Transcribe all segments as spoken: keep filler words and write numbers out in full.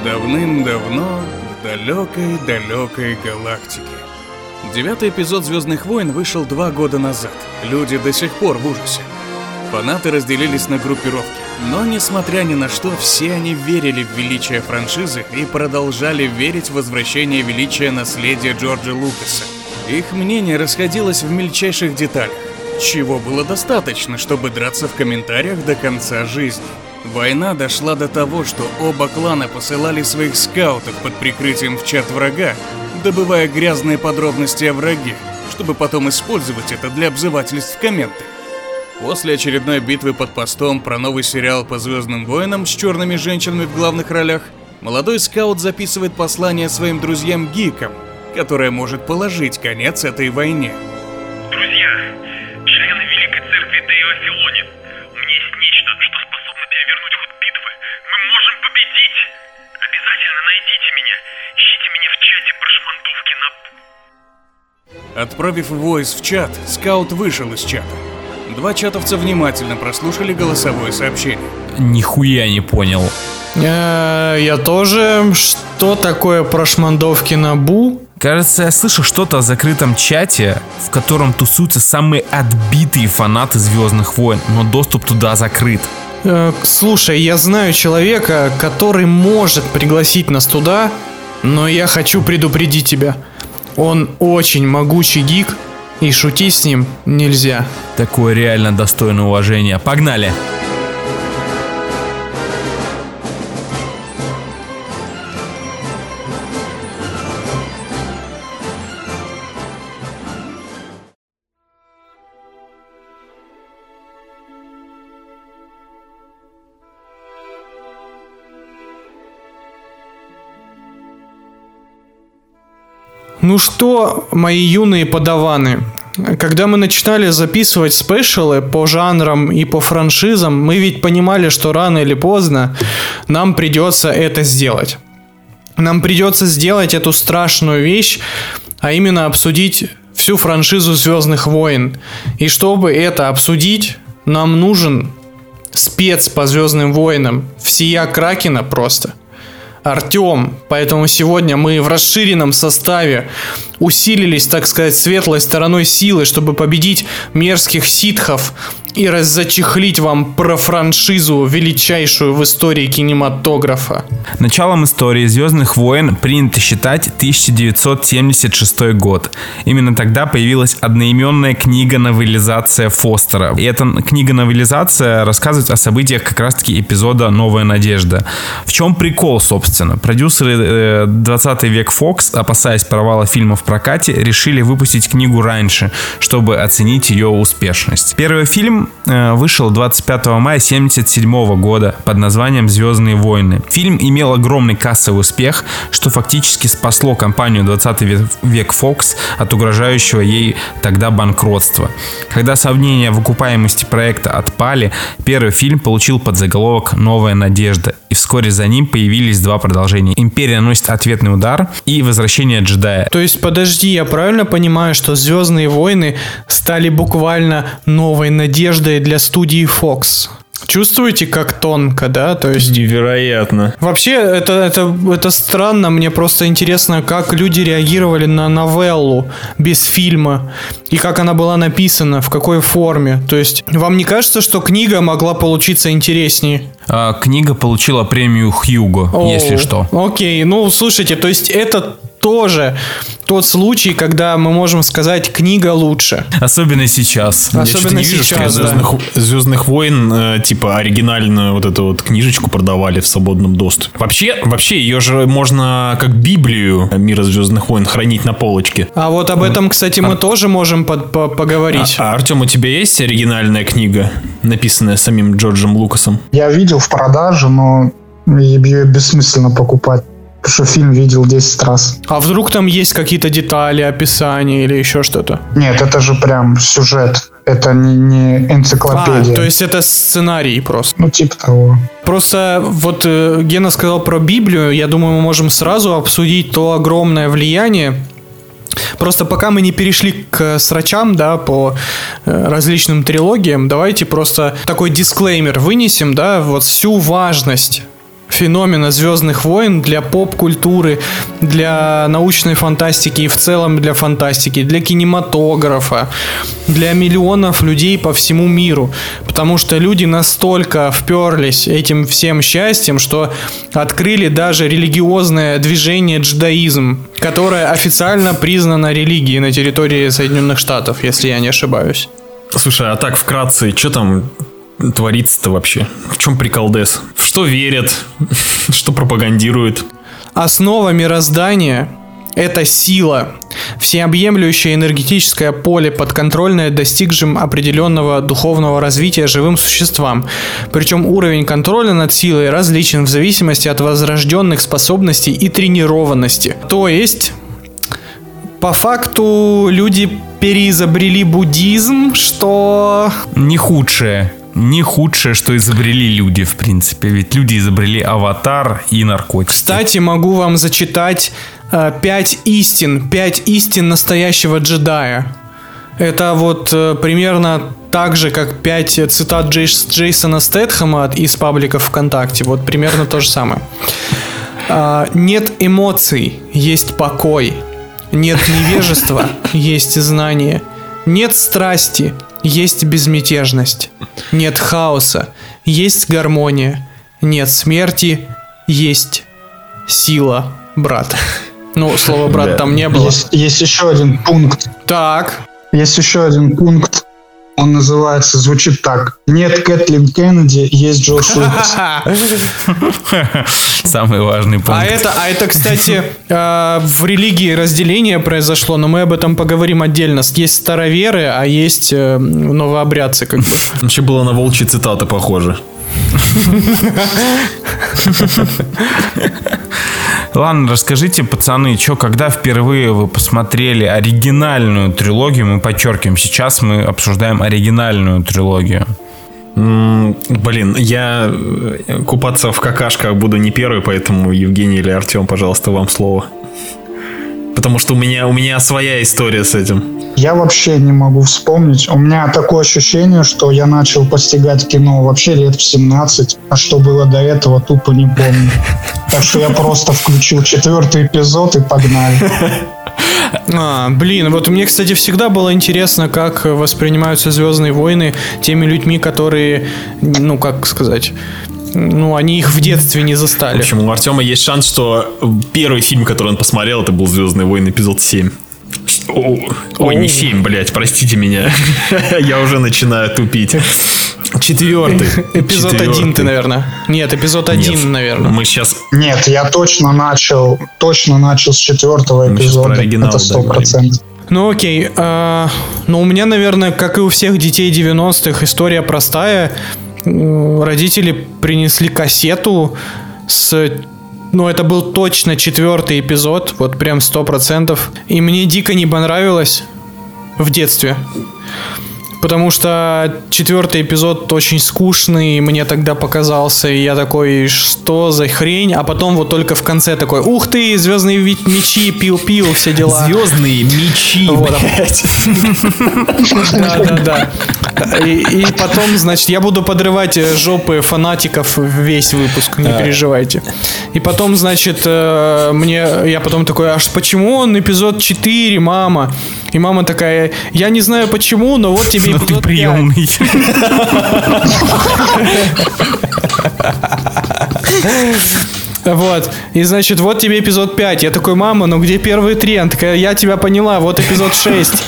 Давным-давно в далекой-далекой галактике. Девятый эпизод «Звездных войн» вышел два года назад. Люди до сих пор в ужасе. Фанаты разделились на группировки. Но, несмотря ни на что, все они верили в величие франшизы и продолжали верить в возвращение величия наследия Джорджа Лукаса. Их мнение расходилось в мельчайших деталях, чего было достаточно, чтобы драться в комментариях до конца жизни. Война дошла до того, что оба клана посылали своих скаутов под прикрытием в чат врага, добывая грязные подробности о враге, чтобы потом использовать это для обзывательств в комментах. После очередной битвы под постом про новый сериал по Звездным войнам с черными женщинами в главных ролях, молодой скаут записывает послание своим друзьям-гикам, которое может положить конец этой войне. Друзья, члены Великой Церкви Дейва Филони, у меня есть нечто, что способно перевернуть ход битвы. Мы можем победить! Обязательно найдите меня. Ищите меня в чате про шмандовки на... Отправив войс в чат, скаут вышел из чата. Два чатовца внимательно прослушали голосовое сообщение. Нихуя не понял. Я, я тоже. Что такое прошмандовки на Бу? Кажется, я слышу что-то о закрытом чате, в котором тусуются самые отбитые фанаты Звездных войн, но доступ туда закрыт. Э, слушай, я знаю человека, который может пригласить нас туда, но я хочу предупредить тебя. Он очень могучий гик, и шутить с ним нельзя. Такое реально достойное уважения. Погнали! Ну что, мои юные подаваны, когда мы начинали записывать спешалы по жанрам и по франшизам, мы ведь понимали, что рано или поздно нам придется это сделать. Нам придется сделать эту страшную вещь, а именно обсудить всю франшизу Звездных войн. И чтобы это обсудить, нам нужен спец по Звездным войнам, всея Кракена просто. Артем, поэтому сегодня мы в расширенном составе усилились, так сказать, светлой стороной силы, чтобы победить мерзких ситхов и раззачехлить вам про франшизу, величайшую в истории кинематографа. Началом истории Звездных войн принято считать тысяча девятьсот семьдесят шестой год. Именно тогда появилась одноименная книга-новелизация Фостера. И эта книга-новелизация рассказывает о событиях как раз-таки эпизода «Новая надежда». В чем прикол, собственно? Продюсеры э, двадцатый век Fox, опасаясь провала фильма в прокате, решили выпустить книгу раньше, чтобы оценить ее успешность. Первый фильм э, вышел двадцать пятого мая семьдесят седьмого года под названием «Звездные войны». Фильм имел огромный кассовый успех, что фактически спасло компанию двадцатый век Fox от угрожающего ей тогда банкротства. Когда сомнения в окупаемости проекта отпали, первый фильм получил подзаголовок «Новая надежда», и вскоре за ним появились два продолжения: «Империя наносит ответный удар» и «Возвращение джедая». То есть, подожди, я правильно понимаю, что «Звездные войны» стали буквально новой надеждой для студии Fox? Чувствуете, как тонко, да? То есть... Невероятно. Вообще, это, это, это странно. Мне просто интересно, как люди реагировали на новеллу без фильма. И как она была написана, в какой форме. То есть, вам не кажется, что книга могла получиться интереснее? А, книга получила премию Хьюго, О, если что. Окей, ну, слушайте, то есть, это тоже тот случай, когда мы можем сказать, книга лучше. Особенно сейчас. Особенно Я сейчас, сейчас, да. Звездных, Звездных войн, э, типа, оригинальную вот эту вот книжечку продавали в свободном доступе. Вообще, вообще, ее же можно как Библию мира Звездных войн хранить на полочке. А вот об этом, кстати, мы а... тоже можем под, по, поговорить. А, а, Артем, у тебя есть оригинальная книга, написанная самим Джорджем Лукасом? Я видел в продаже, но ее бессмысленно покупать. Потому что фильм видел десять раз. А вдруг там есть какие-то детали, описания или еще что-то? Нет, это же прям сюжет. Это не, не энциклопедия. А, то есть это сценарий просто? Ну, типа того. Просто вот э, Гена сказал про Библию. Я думаю, мы можем сразу обсудить то огромное влияние. Просто пока мы не перешли к срачам, да, по э, различным трилогиям, давайте просто такой дисклеймер вынесем, да, вот всю важность феномена «Звездных войн» для поп-культуры, для научной фантастики и в целом для фантастики, для кинематографа, для миллионов людей по всему миру. Потому что люди настолько вперлись этим всем счастьем, что открыли даже религиозное движение джедаизм, которое официально признано религией на территории Соединенных Штатов, если я не ошибаюсь. Слушай, а так вкратце, что там творится-то вообще? В чем приколдес? В что верят? Что пропагандируют? Основа мироздания – это сила, всеобъемлющее энергетическое поле, подконтрольное достигшим определенного духовного развития живым существам. Причем уровень контроля над силой различен в зависимости от возрожденных способностей и тренированности. То есть, по факту, люди переизобрели буддизм, что... Не худшее. Не худшее, что изобрели люди, в принципе. Ведь люди изобрели аватар и наркотики. Кстати, могу вам зачитать э, пять истин. Пять истин настоящего джедая. Это вот э, примерно так же, как пять цитат Джейс, Джейсона Стэтхэма из пабликов ВКонтакте. Вот примерно то же самое. Э, нет эмоций, есть покой. Нет невежества, есть знание. Нет страсти, есть безмятежность. Нет хаоса, есть гармония. Нет смерти, есть сила, брат. Ну, слова брат Да. там не было. Есть, есть еще один пункт. Так. Есть еще один пункт. Он называется, звучит так. Нет Кэтлин Кеннеди, есть Джордж Лукас. Самый важный пункт. А это, а это, кстати, э, в религии разделение произошло, но мы об этом поговорим отдельно. Есть староверы, а есть э, новообрядцы, как бы. Вообще было на волчьи цитаты похоже. Ладно, расскажите, пацаны, что, когда впервые вы посмотрели оригинальную трилогию, мы подчеркиваем, сейчас мы обсуждаем оригинальную трилогию. М, Блин, я купаться в какашках буду не первый, поэтому Евгений или Артем, пожалуйста, вам слово. Потому что у меня, у меня своя история с этим. Я вообще не могу вспомнить. У меня такое ощущение, что я начал постигать кино вообще лет в семнадцать, а что было до этого, тупо не помню. Так что я просто включил четвертый эпизод и погнали. А, блин, вот мне, кстати, всегда было интересно, как воспринимаются «Звездные войны» теми людьми, которые, ну, как сказать, ну, они их в детстве не В застали. общем, у Артема есть шанс, что первый фильм, который он посмотрел, это был «Звездные войны», эпизод семь. О, Ой, не семь, блядь, простите меня. Я уже начинаю тупить. Четвертый. Эпизод Четвертый. один ты, наверное. Нет, эпизод Нет, один, наверное. Мы сейчас... Нет, я точно начал, точно начал с четвертого Мы сейчас про эпизода. оригинал, Это да, сто процентов. Ну окей, а, ну у меня, наверное, как и у всех детей девяностых, история простая. М, Родители принесли кассету с... Ну, это был точно четвертый эпизод, вот прям сто процентов. И мне дико не понравилось в детстве. Потому что четвертый эпизод очень скучный, мне тогда показался, и я такой, что за хрень? А потом вот только в конце такой, ух ты, звездные ви- мечи, пиу-пиу, все дела. Звездные мечи, Вот. блядь. Да, да, да. И, и потом, значит, я буду подрывать э, жопы фанатиков весь выпуск, не переживайте. И потом, значит, э, мне, я потом такой, аж почему он эпизод четыре, мама? И мама такая, я не знаю почему, но вот тебе Ну ты эпизод пять. приемный. Вот. И значит, вот тебе эпизод пять. Я такой, мама, ну где первые три? Она такая, я тебя поняла, вот эпизод шесть.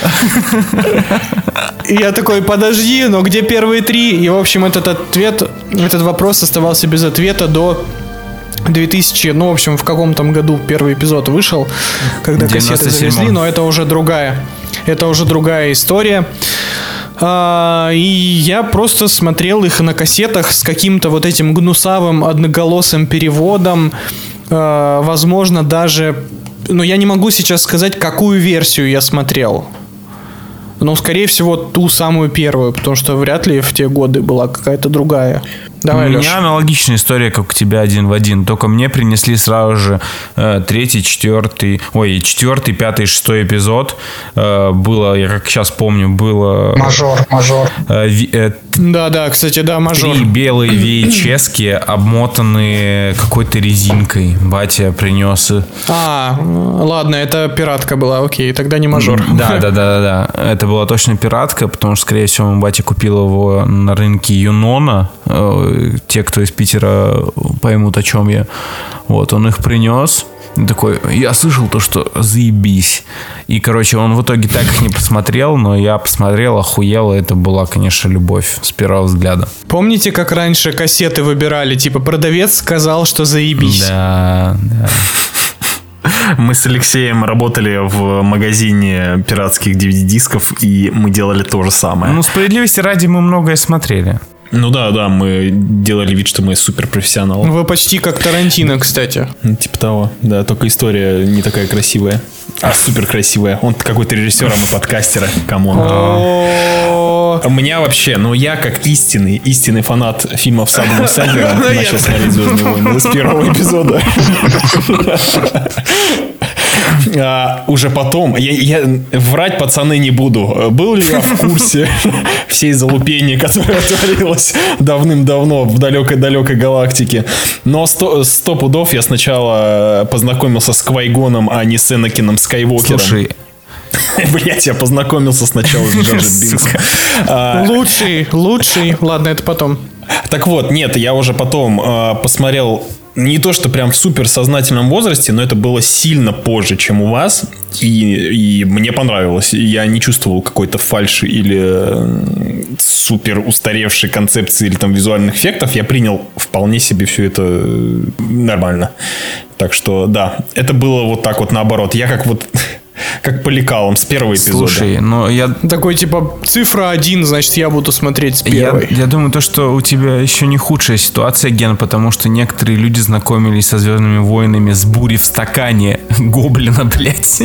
И я такой, подожди, но где первые три? И, в общем, этот ответ, этот вопрос оставался без ответа до две тысячи, ну, в общем, в каком там году первый эпизод вышел, когда кассеты девяносто седьмом. завезли, но это уже другая, это уже другая история. А, и я просто смотрел их на кассетах с каким-то вот этим гнусавым одноголосым переводом, а, возможно, даже, ну, я не могу сейчас сказать, какую версию я смотрел. Но, скорее всего, ту самую первую, потому что вряд ли в те годы была какая-то другая. Давай, У меня Лёш. аналогичная история, как у тебя один в один. Только мне принесли сразу же э, третий, четвертый, ой, четвертый, пятый, шестой эпизод. Э, было, я как сейчас помню, было... Мажор, мажор. э, ви- э, Да-да, кстати, да, мажор. Три белые ви эйч эс-ки, обмотанные какой-то резинкой. Батя принес. А, ладно, это пиратка была, окей, тогда не мажор. Да, да, да, да, да. Это была точно пиратка, потому что, скорее всего, батя купил его на рынке Юнона. Э, Те, кто из Питера, поймут, о чем я. Вот, он их принес. И такой, я слышал то, что заебись. И, короче, он в итоге так их не посмотрел, но я посмотрел, охуел, и это была, конечно, любовь с первого взгляда. Помните, как раньше кассеты выбирали? Типа, продавец сказал, что заебись. Да, да. Мы с Алексеем работали в магазине пиратских ди ви ди-дисков, и мы делали то же самое. Ну, справедливости ради, мы многое смотрели. Ну да, да, мы делали вид, что мы суперпрофессионалы. Вы почти как Тарантино, кстати. Ну, типа того, да, только история не такая красивая, а супер красивая. Он какой-то режиссер, а мы подкастеры, камон. О, У меня вообще, ну я как истинный, истинный фанат фильмов с Адамом Сэндлером начал смотреть «Звездные войны» с первого эпизода. А, уже потом, я, я врать, пацаны, не буду. Был ли я в курсе всей залупени, которая творилась давным-давно в далекой-далекой галактике? Но сто, сто пудов я сначала познакомился с Квай-Гоном, а не с Энакином Скайуокером. Слушай, Блять, я познакомился сначала с Джаджи Бинксом. А, лучший, лучший. Ладно, это потом. Так вот, нет, я уже потом э, посмотрел не то, что прям в супер сознательном возрасте, но это было сильно позже, чем у вас. И, и мне понравилось. Я не чувствовал какой-то фальши или э, супер устаревшей концепции или там визуальных эффектов. Я принял вполне себе все это э, нормально. Так что, да, это было вот так вот наоборот. Я как вот... Как по лекалам с первого эпизода. слушай, ну я... Такой, типа, цифра один, значит, я буду смотреть с Я, первой. я думаю, то, что у тебя еще не худшая ситуация, Ген, потому что некоторые люди знакомились со «Звездными войнами» с «Бури в стакане» Гоблина, блядь.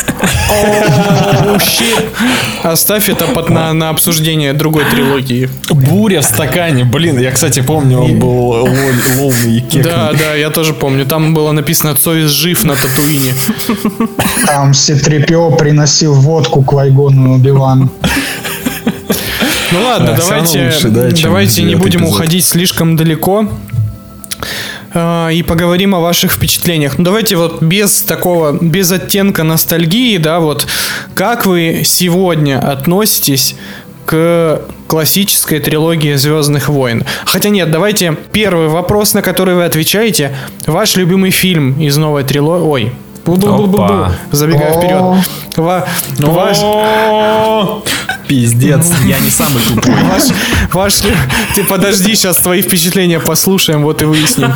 Оу, щит. Оставь это под, на, на обсуждение другой трилогии. Буря в стакане. Блин, я, кстати, помню, он был лол- лолный и кекный. Да, да, я тоже помню. Там было написано «Цоис жив» на Татуине. Там си три пи о приносил водку Квай-Гону и Оби-Вану. Ну ладно, А, всё равно давайте, лучше, да, чем давайте не девятый будем эпизод. уходить слишком далеко. э, И поговорим о ваших впечатлениях. Ну давайте вот без такого, без оттенка ностальгии, да, вот как вы сегодня относитесь к классической трилогии «Звездных войн»? Хотя нет, давайте первый вопрос, на который вы отвечаете. Ваш любимый фильм из новой трилогии... Ой, бу-бу-бу-бу-бу. Опа. Забегая вперед. Ва- Ваш... О, Пиздец, я не самый тупой. Ваш, ваш, ли- ты подожди, сейчас твои впечатления послушаем, вот и выясним.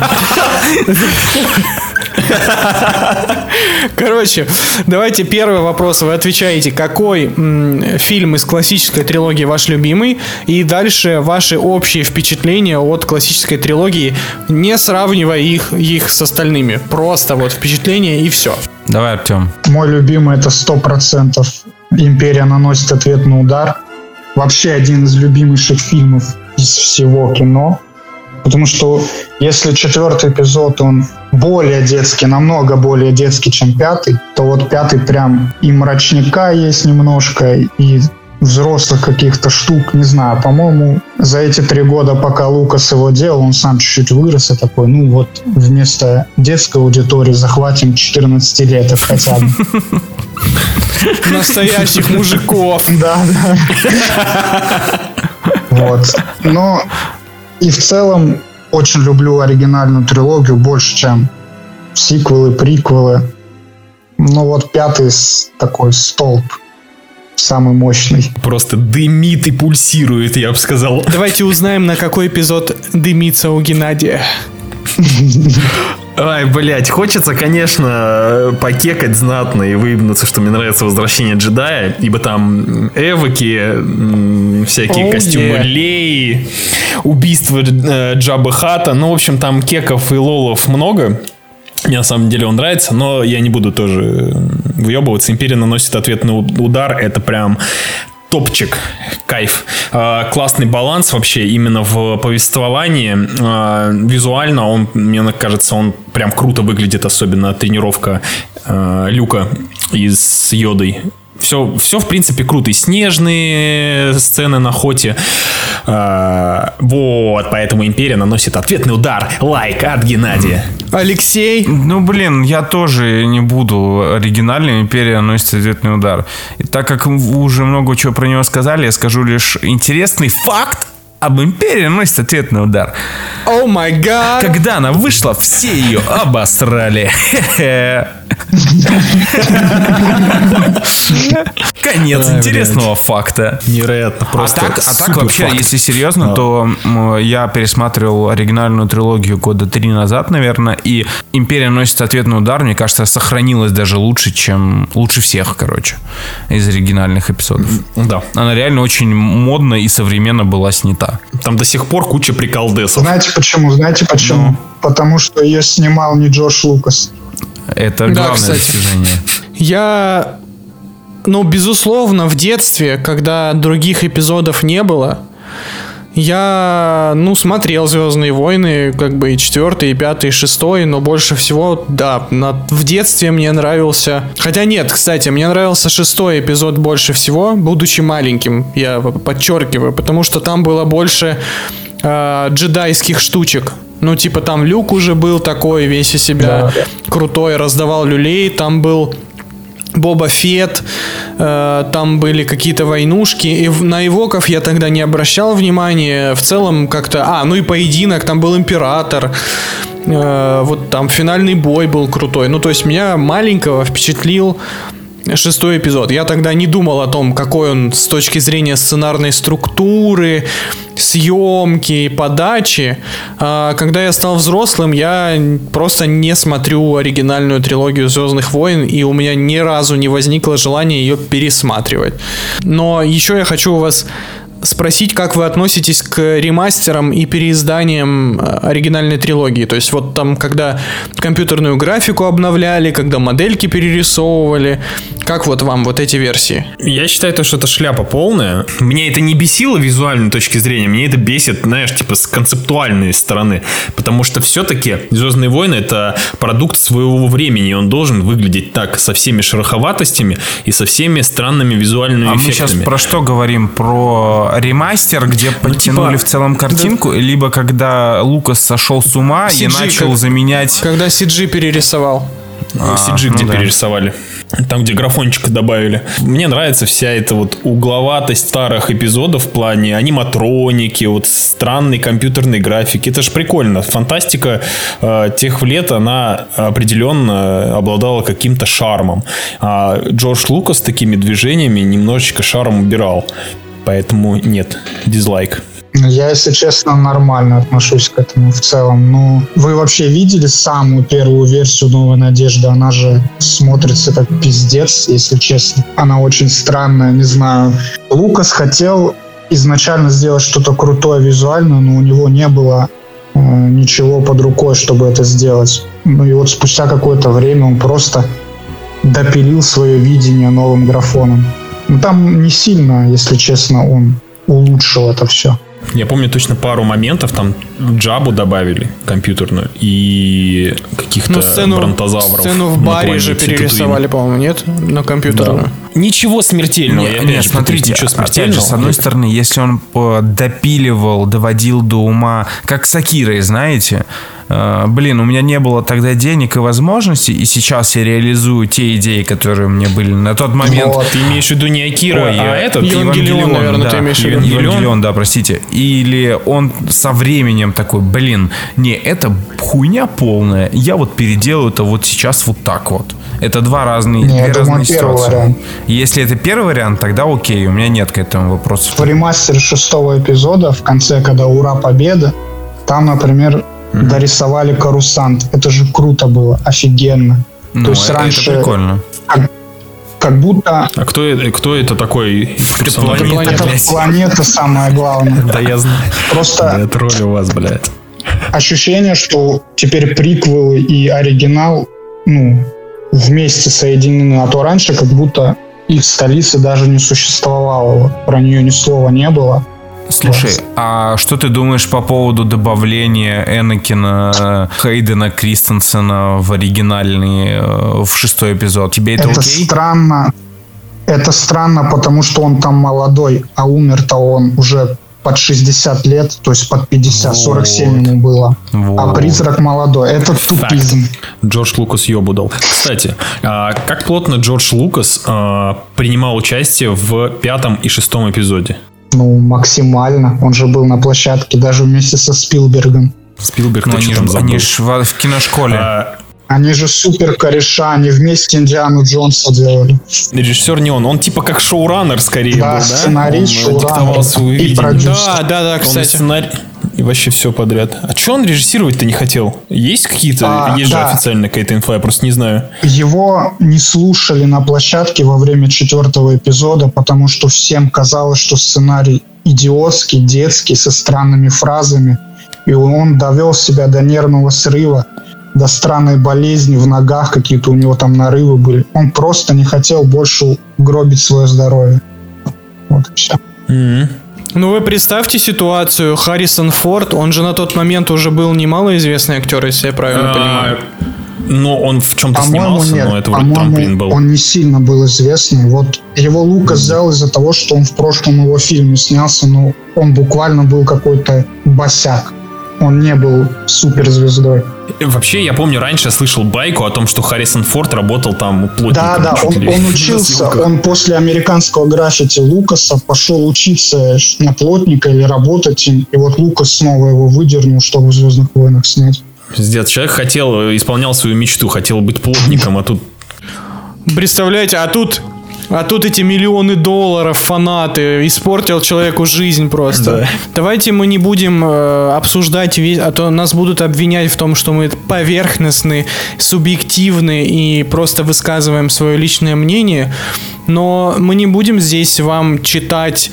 Короче, давайте первый вопрос. Вы отвечаете, какой м, фильм из классической трилогии ваш любимый, и дальше ваши общие впечатления от классической трилогии, не сравнивая их, их с остальными. Просто вот впечатления и все. Давай, Артем. Мой любимый — это сто процентов «Империя наносит ответный удар». Вообще один из любимейших фильмов из всего кино. Потому что если четвертый эпизод, он более детский, намного более детский, чем пятый, то вот пятый прям и мрачняка есть немножко, и взрослых каких-то штук, не знаю. По-моему, за эти три года, пока Лукас его делал, он сам чуть-чуть вырос и такой, ну вот вместо детской аудитории захватим четырнадцатилеток хотя бы. Настоящих мужиков. Да, да. Вот. Но и в целом очень люблю оригинальную трилогию больше, чем сиквелы, приквелы. Ну вот пятый с- такой столб. Самый мощный. Просто дымит и пульсирует, я бы сказал. Давайте узнаем, на какой эпизод дымится у Геннадия. Ай, блядь, хочется, конечно, покекать знатно и выебнуться, что мне нравится «Возвращение джедая», ибо там эвоки, м, всякие Oh, костюмы yeah. Леи, убийство э, Джаббы Хатта. Ну, в общем, там кеков и лолов много. Мне на самом деле он нравится, но я не буду тоже выебываться. «Империя наносит ответный у- удар». Это прям топчик, кайф. Э, классный баланс вообще именно в повествовании. Э, визуально он, мне кажется, он прям круто выглядит, особенно тренировка э, Люка и с Йодой. Все, все, в принципе, круто. И снежные сцены на охоте. А, вот, поэтому Империя наносит ответный удар. Лайк от Геннадия. Алексей? Ну, блин, я тоже не буду. Оригинальная Империя наносит ответный удар. И так как вы уже много чего про него сказали, я скажу лишь интересный факт. Об Империи наносит ответный удар. О май гад. Когда она вышла, все ее обосрали. Конец Ай, интересного блядь. факта. Невероятно, просто А так, а так супер вообще, факт. если серьезно, А. то м, я пересматривал оригинальную трилогию года три назад, наверное, и Империя носит ответный удар, мне кажется, сохранилась даже лучше, чем лучше всех, короче, из оригинальных эпизодов. Да. Она реально очень модно и современно была снята. Там до сих пор куча приколдесов. Знаете почему? Знаете почему? Потому что ее снимал не Джордж Лукас. Это Да, главное кстати. достижение. Я, ну, безусловно, в детстве, когда других эпизодов не было, я, ну, смотрел «Звездные войны», как бы и четвертый, и пятый, и шестой, но больше всего, да, на, в детстве мне нравился... Хотя нет, кстати, мне нравился шестой эпизод больше всего, будучи маленьким, я подчеркиваю, потому что там было больше э, джедайских штучек. Ну, типа, там Люк уже был такой, весь из себя крутой, раздавал люлей, там был Боба Фетт, э, там были какие-то войнушки, и в, на Эвоков я тогда не обращал внимания, в целом как-то... А, ну и поединок, там был Император, э, вот там финальный бой был крутой, ну, то есть меня маленького впечатлил шестой эпизод. Я тогда не думал о том, какой он с точки зрения сценарной структуры, съемки, подачи. А когда я стал взрослым, я просто не смотрю оригинальную трилогию «Звездных войн», и у меня ни разу не возникло желания ее пересматривать. Но еще я хочу у вас спросить, как вы относитесь к ремастерам и переизданиям оригинальной трилогии. То есть вот там, когда компьютерную графику обновляли, когда модельки перерисовывали. Как вот вам вот эти версии? Я считаю, то, что это шляпа полная. Мне это не бесило визуальной точки зрения, мне это бесит, знаешь, типа с концептуальной стороны. Потому что все-таки «Звездные войны» — это продукт своего времени, и он должен выглядеть так, со всеми шероховатостями и со всеми странными визуальными А эффектами. мы сейчас про что говорим? Про ремастер, где подтянули типа, в целом картинку, да. Либо когда Лукас сошел с ума си джи, и начал как, заменять... Когда си джи перерисовал. А, си джи, ну где да. перерисовали. Там, где графончик добавили. Мне нравится вся эта вот угловатость старых эпизодов в плане аниматроники, вот странной компьютерной графики. Это же прикольно. Фантастика э, тех лет, она определенно обладала каким-то шармом. А Джордж Лукас такими движениями немножечко шарм убирал. Поэтому нет, дизлайк. Я, если честно, нормально отношусь к этому в целом. Ну, вы вообще видели самую первую версию «Новой надежды»? Она же смотрится как пиздец, если честно. Она очень странная, не знаю. Лукас хотел изначально сделать что-то крутое визуально, но у него не было э, ничего под рукой, чтобы это сделать. Ну и вот спустя какое-то время он просто допилил свое видение новым графоном. Ну, там не сильно, если честно, он улучшил это все. Я помню точно пару моментов, там Джабу добавили компьютерную и каких-то ну, сцену, бронтозавров. Сцену в баре же перерисовали, по-моему, нет? На компьютерную. Да. Ничего смертельного. Не, я не, же смотрите, ничего смертельного. опять же, с одной стороны, если он допиливал, доводил до ума, как с Акирой, знаете, э, блин, у меня не было тогда денег и возможностей, и сейчас я реализую те идеи, которые у меня были на тот момент. Вот, ты имеешь в виду не Акира, Ой, а этот? Евангелион, наверное, да, ты имеешь в виду. Евангелион, Евангелион, да, простите. Или он со временем такой, блин, не, это хуйня полная, я вот переделаю это вот сейчас вот так вот. Это два разные, не, две я разные думаю, ситуации. Вариант. Если это первый вариант, тогда окей, у меня нет к этому вопросов. В ремастере шестого эпизода, в конце, когда «Ура, победа», там, например, mm-hmm. дорисовали Корусант. Это же круто было, офигенно. Ну, то есть это раньше прикольно. Как, как будто... А кто, кто это такой? Планета, это планета самое главное. Да я знаю. Просто... Я троллю вас, блядь. Ощущение, что теперь приквелы и оригинал, ну, вместе соединены. А то раньше как будто их столицы даже не существовало. Вот, про нее ни слова не было. Слушай, а что ты думаешь по поводу добавления Энакина Хейдена Кристенсена в оригинальный, в шестой эпизод? Тебе это, это окей? странно. Это странно, потому что он там молодой, а умер-то он уже под шестьдесят лет, то есть под пятьдесят, сорок семь ему было. Вот. А призрак молодой. Это тупизм. Джордж Лукас ёбу дал. Кстати, как плотно Джордж Лукас принимал участие в пятом и шестом эпизоде? Ну, максимально. Он же был на площадке даже вместе со Спилбергом. Спилберг, ну, они, же, они же в, в киношколе. А... Они же супер кореша, они вместе Индиану Джонса делали. Режиссер не он, он типа как шоураннер скорее да, был, да? Сценарист, шоураннер и продюсер. Да, да, да, кстати. Он сценарий... И вообще все подряд. А что он режиссировать-то не хотел? Есть какие-то, а, есть да. же официальная какая-то инфа, я просто не знаю. Его не слушали на площадке во время четвертого эпизода, потому что всем казалось, что сценарий идиотский, детский, со странными фразами. И он довел себя до нервного срыва, до странной болезни в ногах, какие-то у него там нарывы были. Он просто не хотел больше гробить свое здоровье. Вот и все. Mm-hmm. Ну вы представьте ситуацию, Харрисон Форд, он же на тот момент уже был немалоизвестный актер, если я правильно а, понимаю. Ну, он в чем-то по-моему, снимался, нет. но это вроде трамплин был. Он не сильно был известный. Вот его Лукас взял из-за того, что он в прошлом его фильме снялся, но он буквально был какой-то босяк. Он не был суперзвездой. Вообще, я помню, раньше я слышал байку о том, что Харрисон Форд работал там плотником. Да, да, он, он учился, он после американского граффити Лукаса пошел учиться на плотника или работать им, и вот Лукас снова его выдернул, чтобы в «Звездных войнах» снять. Пиздец, человек хотел, исполнял свою мечту, хотел быть плотником, а тут... Представляете, а тут... А тут эти миллионы долларов, фанаты, испортил человеку жизнь просто. Да. Давайте мы не будем э, обсуждать, весь, а то нас будут обвинять в том, что мы поверхностны, субъективны и просто высказываем свое личное мнение. Но мы не будем здесь вам читать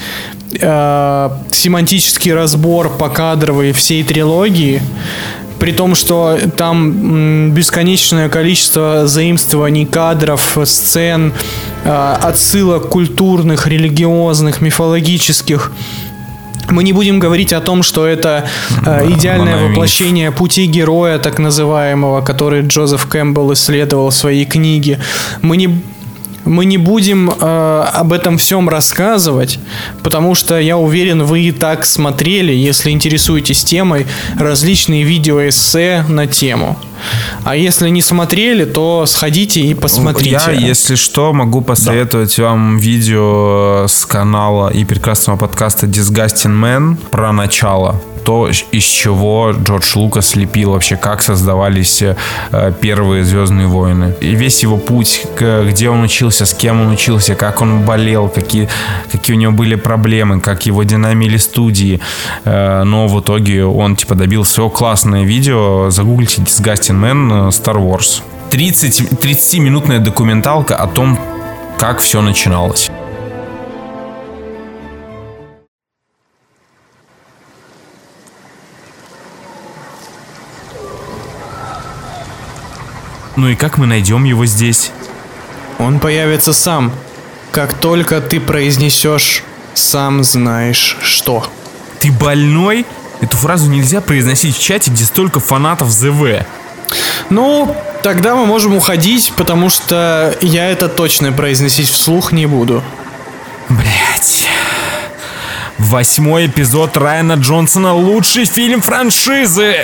э, семантический разбор покадровый всей трилогии. При том, что там бесконечное количество заимствований кадров, сцен, отсылок культурных, религиозных, мифологических. Мы не будем говорить о том, что это идеальное Она воплощение миф. Пути героя, так называемого, который Джозеф Кэмпбелл исследовал в своей книге. Мы не... Мы не будем э, об этом всем рассказывать, потому что, я уверен, вы и так смотрели, если интересуетесь темой, различные видеоэссе на тему. А если не смотрели, то сходите и посмотрите. Я, если что, могу посоветовать да. вам видео с канала и прекрасного подкаста Disgusting Man про начало. То, из чего Джордж Лукас лепил вообще, как создавались э, первые «Звездные войны». И весь его путь, к, где он учился, с кем он учился, как он болел, какие, какие у него были проблемы, как его динамили студии. Э, но в итоге он типа добился своего. Классное видео. Загуглите Disgusting Man Star Wars. тридцатиминутная документалка о том, как все начиналось. Ну и как мы найдем его здесь? Он появится сам, как только ты произнесешь «сам знаешь что». Ты больной? Эту фразу нельзя произносить в чате, где столько фанатов зэ вэ. Ну, тогда мы можем уходить, потому что я это точно произносить вслух не буду. Блять. Восьмой эпизод Райана Джонсона — лучший фильм франшизы!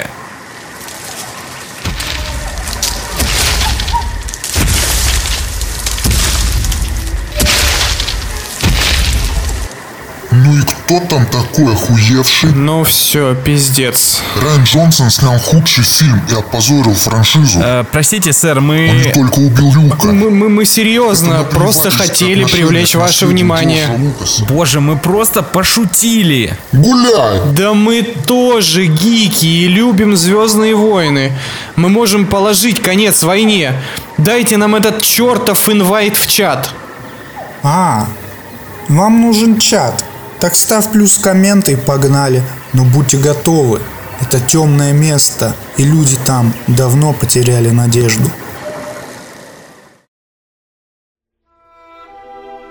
Ну и кто там такой охуевший? Ну все, пиздец. Райан Джонсон снял худший фильм и опозорил франшизу. Э, простите, сэр, мы... Он не только убил Люка. Мы, мы, мы серьезно просто хотели привлечь ваше внимание. Боже, мы просто пошутили. Гуляй! Да мы тоже гики и любим «Звездные войны». Мы можем положить конец войне. Дайте нам этот чертов инвайт в чат. А, вам нужен чат. Так ставь плюс комменты и погнали. Но будьте готовы. Это темное место, и люди там давно потеряли надежду.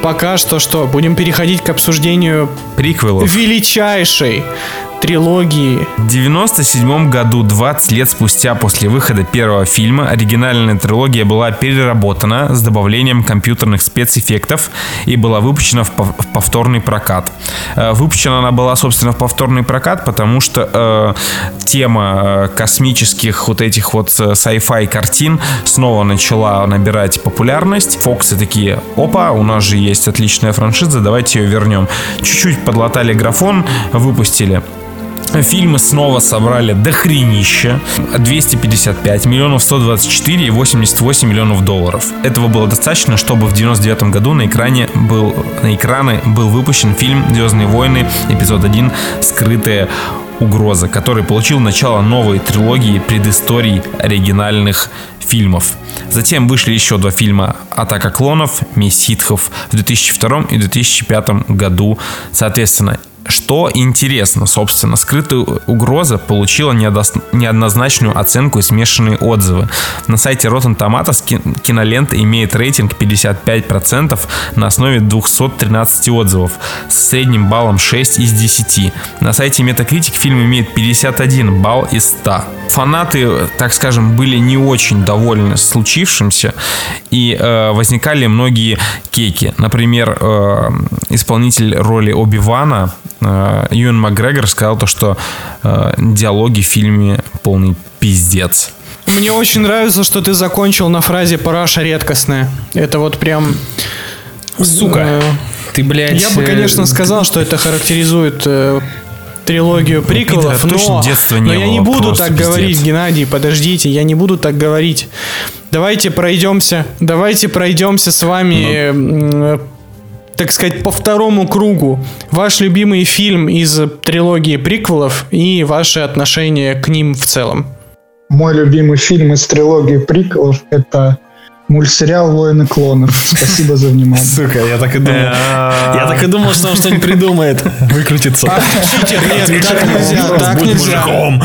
пока что что? Будем переходить к обсуждению Приквелов. величайшей трилогии. В девяносто седьмом году, двадцать лет спустя после выхода первого фильма, оригинальная трилогия была переработана с добавлением компьютерных спецэффектов и была выпущена в повторный прокат. Выпущена она была, собственно, в повторный прокат, потому что э, тема космических вот этих вот sci-fi картин снова начала набирать популярность. Фоксы такие: опа, у нас же есть отличная франшиза, давайте ее вернем. Чуть-чуть подлатали графон, выпустили. Фильмы снова собрали дохренища. двести пятьдесят пять миллионов, сто двадцать четыре и восемьдесят восемь миллионов долларов. Этого было достаточно, чтобы в девяносто девятом году на экране был, на экраны был выпущен фильм «Звездные войны. Эпизод один. Скрытая угроза», который получил начало новой трилогии предысторий оригинальных фильмов. Затем вышли еще два фильма: «Атака клонов», «Месть ситхов» в две тысячи втором и две тысячи пятом году, соответственно. Что интересно, собственно, «Скрытая угроза» получила неоднозначную оценку и смешанные отзывы. На сайте Rotten Tomatoes кинолента имеет рейтинг пятьдесят пять процентов на основе двести тринадцать отзывов с средним баллом шесть из десяти. На сайте Metacritic фильм имеет пятьдесят один балл из ста. Фанаты, так скажем, были не очень довольны случившимся, и э, возникали многие кейки. Например, э, исполнитель роли Оби-Вана Юэн Макгрегор сказал то, что э, диалоги в фильме полный пиздец. Мне очень нравится, что ты закончил на фразе «параша редкостная». Это вот прям... Сука, э, ты, блядь... Я бы, конечно, сказал, что это характеризует э, трилогию приквелов, ну, но, детства не но я было, не буду так пиздец. говорить, Геннадий, подождите, я не буду так говорить. Давайте пройдемся, давайте пройдемся с вами... Ну. Э, так сказать, по второму кругу. Ваш любимый фильм из трилогии приквелов и ваши отношения к ним в целом. Мой любимый фильм из трилогии приквелов — это мультсериал «Войны клонов». Спасибо за внимание. Сука, я так и думал. Я так и думал, что он что-нибудь придумает. Выкрутится. Нет, так нельзя, так нельзя.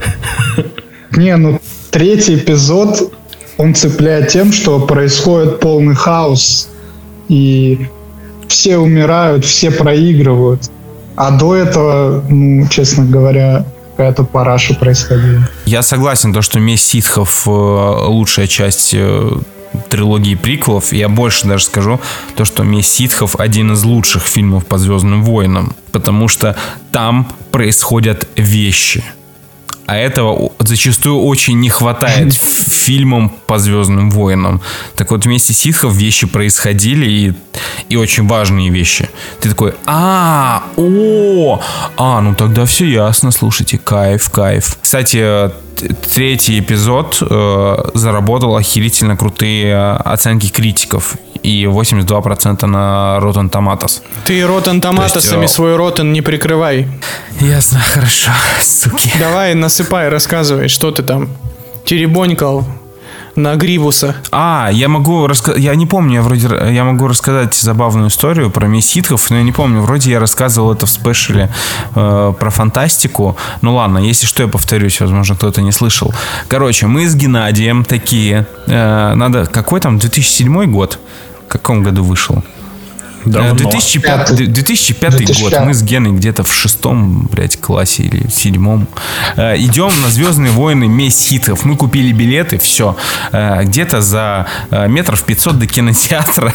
Не, ну третий эпизод, он цепляет тем, что происходит полный хаос. И все умирают, все проигрывают. А до этого, ну, честно говоря, какая-то параша происходила. Я согласен, то, что «Месть ситхов» лучшая часть трилогии приквелов. Я больше даже скажу, то, что «Месть ситхов» один из лучших фильмов по «Звездным войнам», потому что там происходят вещи. А этого зачастую очень не хватает фильмам по «Звездным войнам». Так вот, вместе ситхов вещи происходили, и, и очень важные вещи. Ты такой: а, о, а, ну тогда все ясно, слушайте, кайф, кайф. Кстати, третий эпизод э, заработал охерительно крутые оценки критиков. И восемьдесят два процента на Rotten Tomatoes. Ты Rotten Tomatoes'ами свой Rotten не прикрывай. Ясно, хорошо, суки. Давай, насыпай, рассказывай, что ты там теребонькал на Гривуса. А, я могу рассказать, я не помню, я вроде, я могу рассказать забавную историю про «Месть ситхов», но я не помню, вроде я рассказывал это в спешле э, про фантастику. Ну ладно, если что, я повторюсь, возможно, кто-то не слышал. Короче, мы с Геннадием такие, э, надо, какой там, две тысячи седьмой год? В каком году вышел? Давно. две тысячи пятый, две тысячи пятый год. Мы с Геной где-то в шестом, блядь, классе или в седьмом э, идем на «Звездные войны. Месть ситхов». Мы купили билеты, все. Э, где-то за э, метров пятьсот до кинотеатра.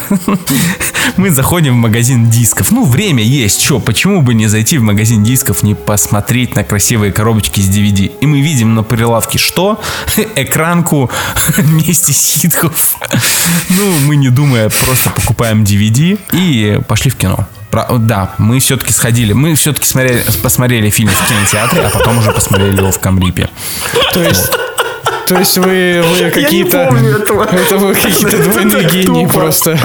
Мы заходим в магазин дисков. Ну, время есть. Че, почему бы не зайти в магазин дисков, не посмотреть на красивые коробочки с ди ви ди? И мы видим на прилавке что? Экранку «Месть ситхов». Ну, мы не думая, просто покупаем ди ви ди и пошли в кино. Про, да, мы все-таки сходили. Мы все-таки смотрели, посмотрели фильм в кинотеатре, а потом уже посмотрели его в Камрипе. То есть, вот. То есть вы, вы какие-то... Я не помню этого. Это вы какие-то двойные гении просто.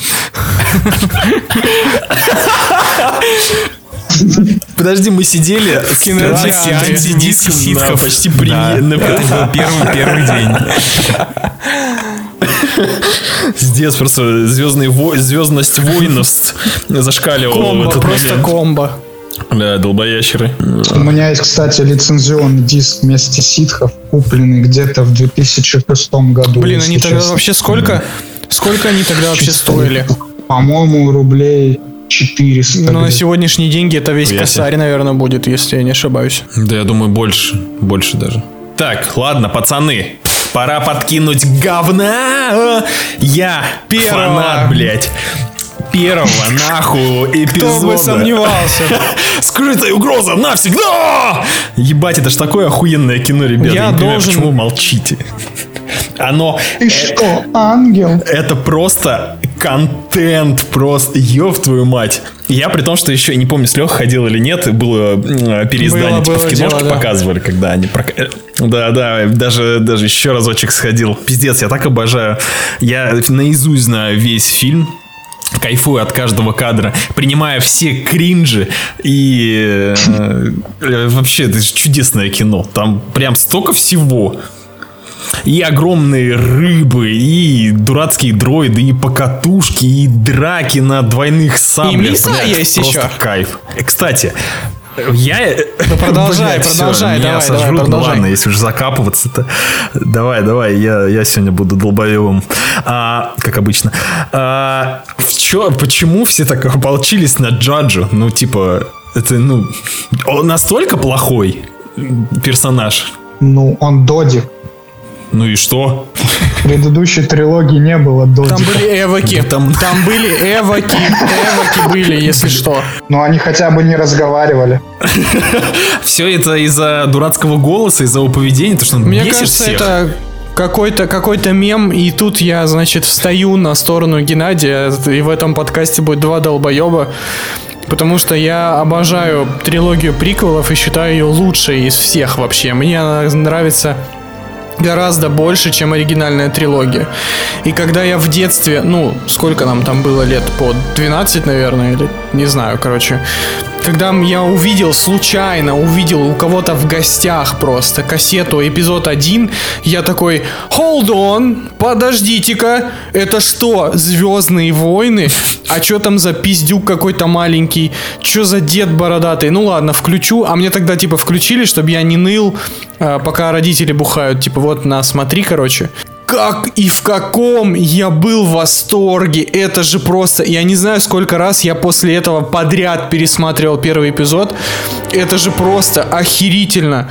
Подожди, мы сидели в кинотеатре с диском на почти премьерный. Да, это был первый, первый день. Здесь просто звездный во... звездность воинств зашкаливала. Комбо, в этот просто момент. комбо. Да, долбоящеры. У меня есть, кстати, лицензионный диск «Вместе ситхов», купленный где-то в две тысячи шестом году. Блин, они тогда честно. Вообще сколько? Сколько они тогда вообще стоили? по-моему, рублей четыреста. Ну, на сегодняшние деньги это весь Ясно. косарь, наверное, будет, если я не ошибаюсь. Да, я думаю, больше. Больше даже. Так, ладно, пацаны. Пора подкинуть говна. Я Первого. фанат, блядь. Первого нахуй эпизода. Кто бы сомневался. Скрытая угроза навсегда! Ебать, это ж такое охуенное кино, ребята. Я Я не понимаю, должен- почему вы молчите. Оно... Ты что, ангел? Это просто контент, просто, ёб твою мать. Я при том, что еще не помню, с Лехой ходил или нет, было э, переиздание, Было, типа было в киношке дело, да. показывали, когда они... прок- э, Да, да, даже, даже еще разочек сходил. Пиздец, я так обожаю. Я наизусть знаю весь фильм. Кайфую от каждого кадра, принимая все кринжи. И э, э, вообще, это же чудесное кино. Там прям столько всего. И огромные рыбы, и дурацкие дроиды, и покатушки, и драки на двойных саблях. И Миса Блядь, есть просто еще. кайф. Э, Кстати, я... Ну, продолжай, Блядь, всё, продолжай, меня давай, сожрут. давай, Ну продолжай. ладно, если уж закапываться-то. Давай, давай, я, я сегодня буду долбоебым. А, как обычно. А, в чё, почему все так ополчились на Джаджу? Ну, типа, это, ну... Он настолько плохой персонаж. Ну, он додик. Ну и что? В предыдущей трилогии не было додика. Там были эвоки. Да там- Там были эвоки. Эвоки были, если что. Но они хотя бы не разговаривали. Все это из-за дурацкого голоса, из-за его поведения, то, что он Мне бесит кажется, всех. это какой-то какой-то мем, и тут я, значит, встаю на сторону Геннадия, и в этом подкасте будет два долбоеба, потому что я обожаю трилогию приквелов и считаю ее лучшей из всех вообще. Мне она нравится гораздо больше, чем оригинальная трилогия. И когда я в детстве, ну, сколько нам там было лет, по двенадцать, наверное, или не знаю, короче, когда я увидел, случайно увидел у кого-то в гостях просто кассету эпизод один, я такой: hold on, подождите-ка, это что, Звездные войны? А что там за пиздюк какой-то маленький? Что за дед бородатый? Ну ладно, включу. А мне тогда типа включили, чтобы я не ныл, а, пока родители бухают. Типа вот, на, смотри, короче. Как и в каком я был в восторге. Это же просто... Я не знаю, сколько раз я после этого подряд пересматривал первый эпизод. Это же просто охерительно.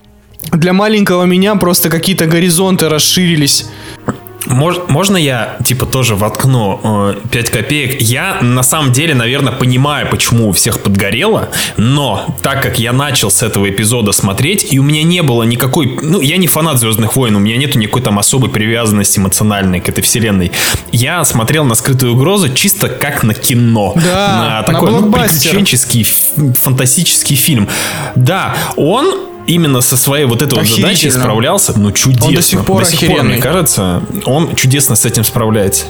Для маленького меня просто какие-то горизонты расширились. Мож- можно я, типа, тоже воткну э, пять копеек? Я, на самом деле, наверное, понимаю, почему у всех подгорело, но так как я начал с этого эпизода смотреть, и у меня не было никакой... Ну, я не фанат «Звездных войн», у меня нету никакой там особой привязанности эмоциональной к этой вселенной. Я смотрел на «Скрытую угрозу» чисто как на кино. Да, на на такой, ну, блокбастер. приключенческий, ф- фантастический фильм. Да, он... Именно со своей вот этой вот задачей Охерительно. справлялся, ну, чудесно. Он до сих пор До сих пор, охеренный. мне кажется, он чудесно с этим справляется.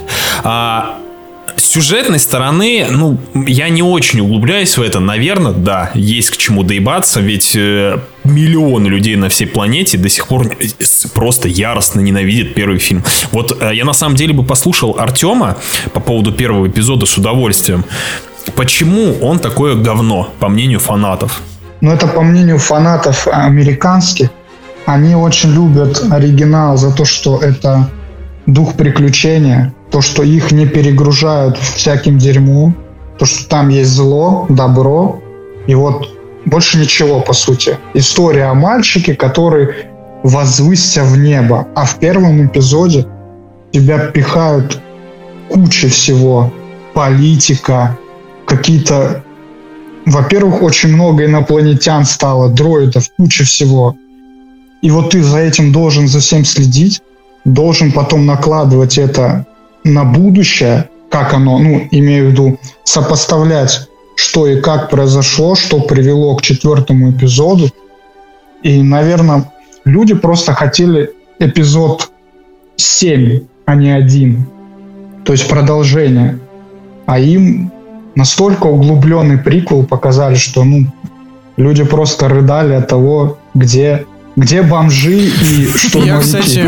А с сюжетной стороны, ну, я не очень углубляюсь в это. Наверное, да, есть к чему доебаться, ведь э, миллионы людей на всей планете до сих пор просто яростно ненавидят первый фильм. Вот э, я на самом деле бы послушал Артема по поводу первого эпизода с удовольствием. Почему он такое говно, по мнению фанатов? Но это, по мнению фанатов американских, они очень любят оригинал за то, что это дух приключения, то, что их не перегружают всяким дерьмом, то, что там есть зло, добро, и вот больше ничего, по сути. История о мальчике, который возвысся в небо, а в первом эпизоде тебя пихают куча всего, политика, какие-то... Во-первых, очень много инопланетян стало, дроидов, куча всего. И вот ты за этим должен за всем следить, должен потом накладывать это на будущее, как оно, ну, имею в виду, сопоставлять, что и как произошло, что привело к четвертому эпизоду. И, наверное, люди просто хотели эпизод семь, а не один. То есть продолжение. А им... Настолько углубленный приквел показали, что ну, люди просто рыдали от того, где, где бомжи и что Я, моряки. кстати,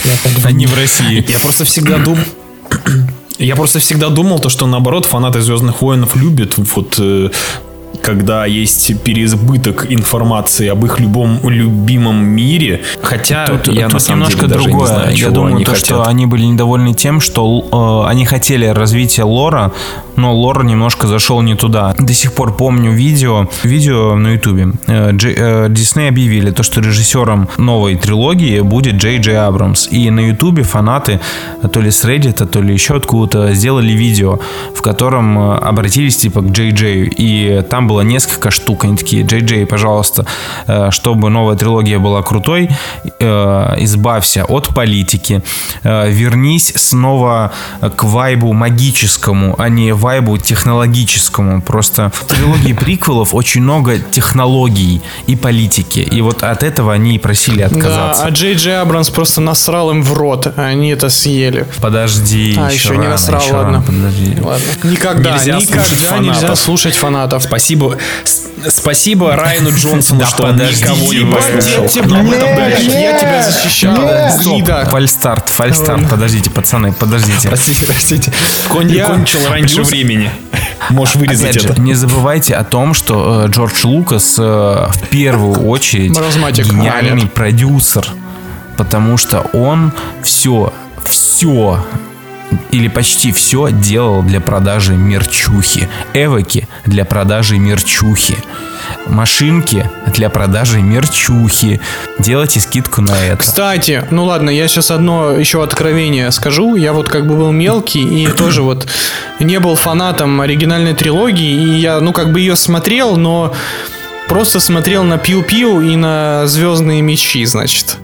Они в России. Я просто всегда думал... Я просто всегда думал, то, что наоборот фанаты «Звездных войнов» любят вот... э, когда есть переизбыток информации об их любом любимом мире. Хотя Тут, я тут на самом немножко деле даже другое. не знаю, я чего думаю, они то, хотят. что они были недовольны тем, что э, они хотели развития лора, но лор немножко зашел не туда. До сих пор помню видео, видео на ютубе. Э, э, Дисней объявили то, что режиссером новой трилогии будет Джей Джей Абрамс. И на ютубе фанаты то ли с Reddit, то ли еще откуда-то сделали видео, в котором обратились типа к Джей Джею. И там было несколько штук. Они такие: Джей Джей, пожалуйста, э, чтобы новая трилогия была крутой, э, избавься от политики, э, вернись снова к вайбу магическому, а не вайбу технологическому. Просто в трилогии приквелов очень много технологий и политики. И вот от этого они и просили отказаться. Да, а Джей Джей Абрамс просто насрал им в рот, а они это съели. Подожди, А, еще, еще рано, не насрал, еще ладно. рано, подожди. Ладно. Никогда, Нельзя слушать никогда нельзя фанатов. слушать фанатов. Спасибо, с- спасибо Райану Джонсону, Да что он подождите, никого не ебать, послушал. Я тебе- Об этом дальше. Я тебя защищал. Гнида. Фальстарт, фальстарт, подождите, пацаны, подождите. Простите, простите. Кон- Я- Кончил раньше Плюс- времени. Можешь вырезать Опять же, это. не забывайте о том, что э, Джордж Лукас э, в первую очередь Маразматик. гениальный А, нет. продюсер, потому что он все, все или почти все делал для продажи мерчухи, эвоки для продажи мерчухи, машинки для продажи мерчухи. Делайте скидку на это. Кстати, ну ладно, я сейчас одно еще откровение скажу. Я вот как бы был мелкий и тоже вот не был фанатом оригинальной трилогии. И я, ну как бы ее смотрел, но просто смотрел на Пиу-Пиу и на Звездные мечи, значит.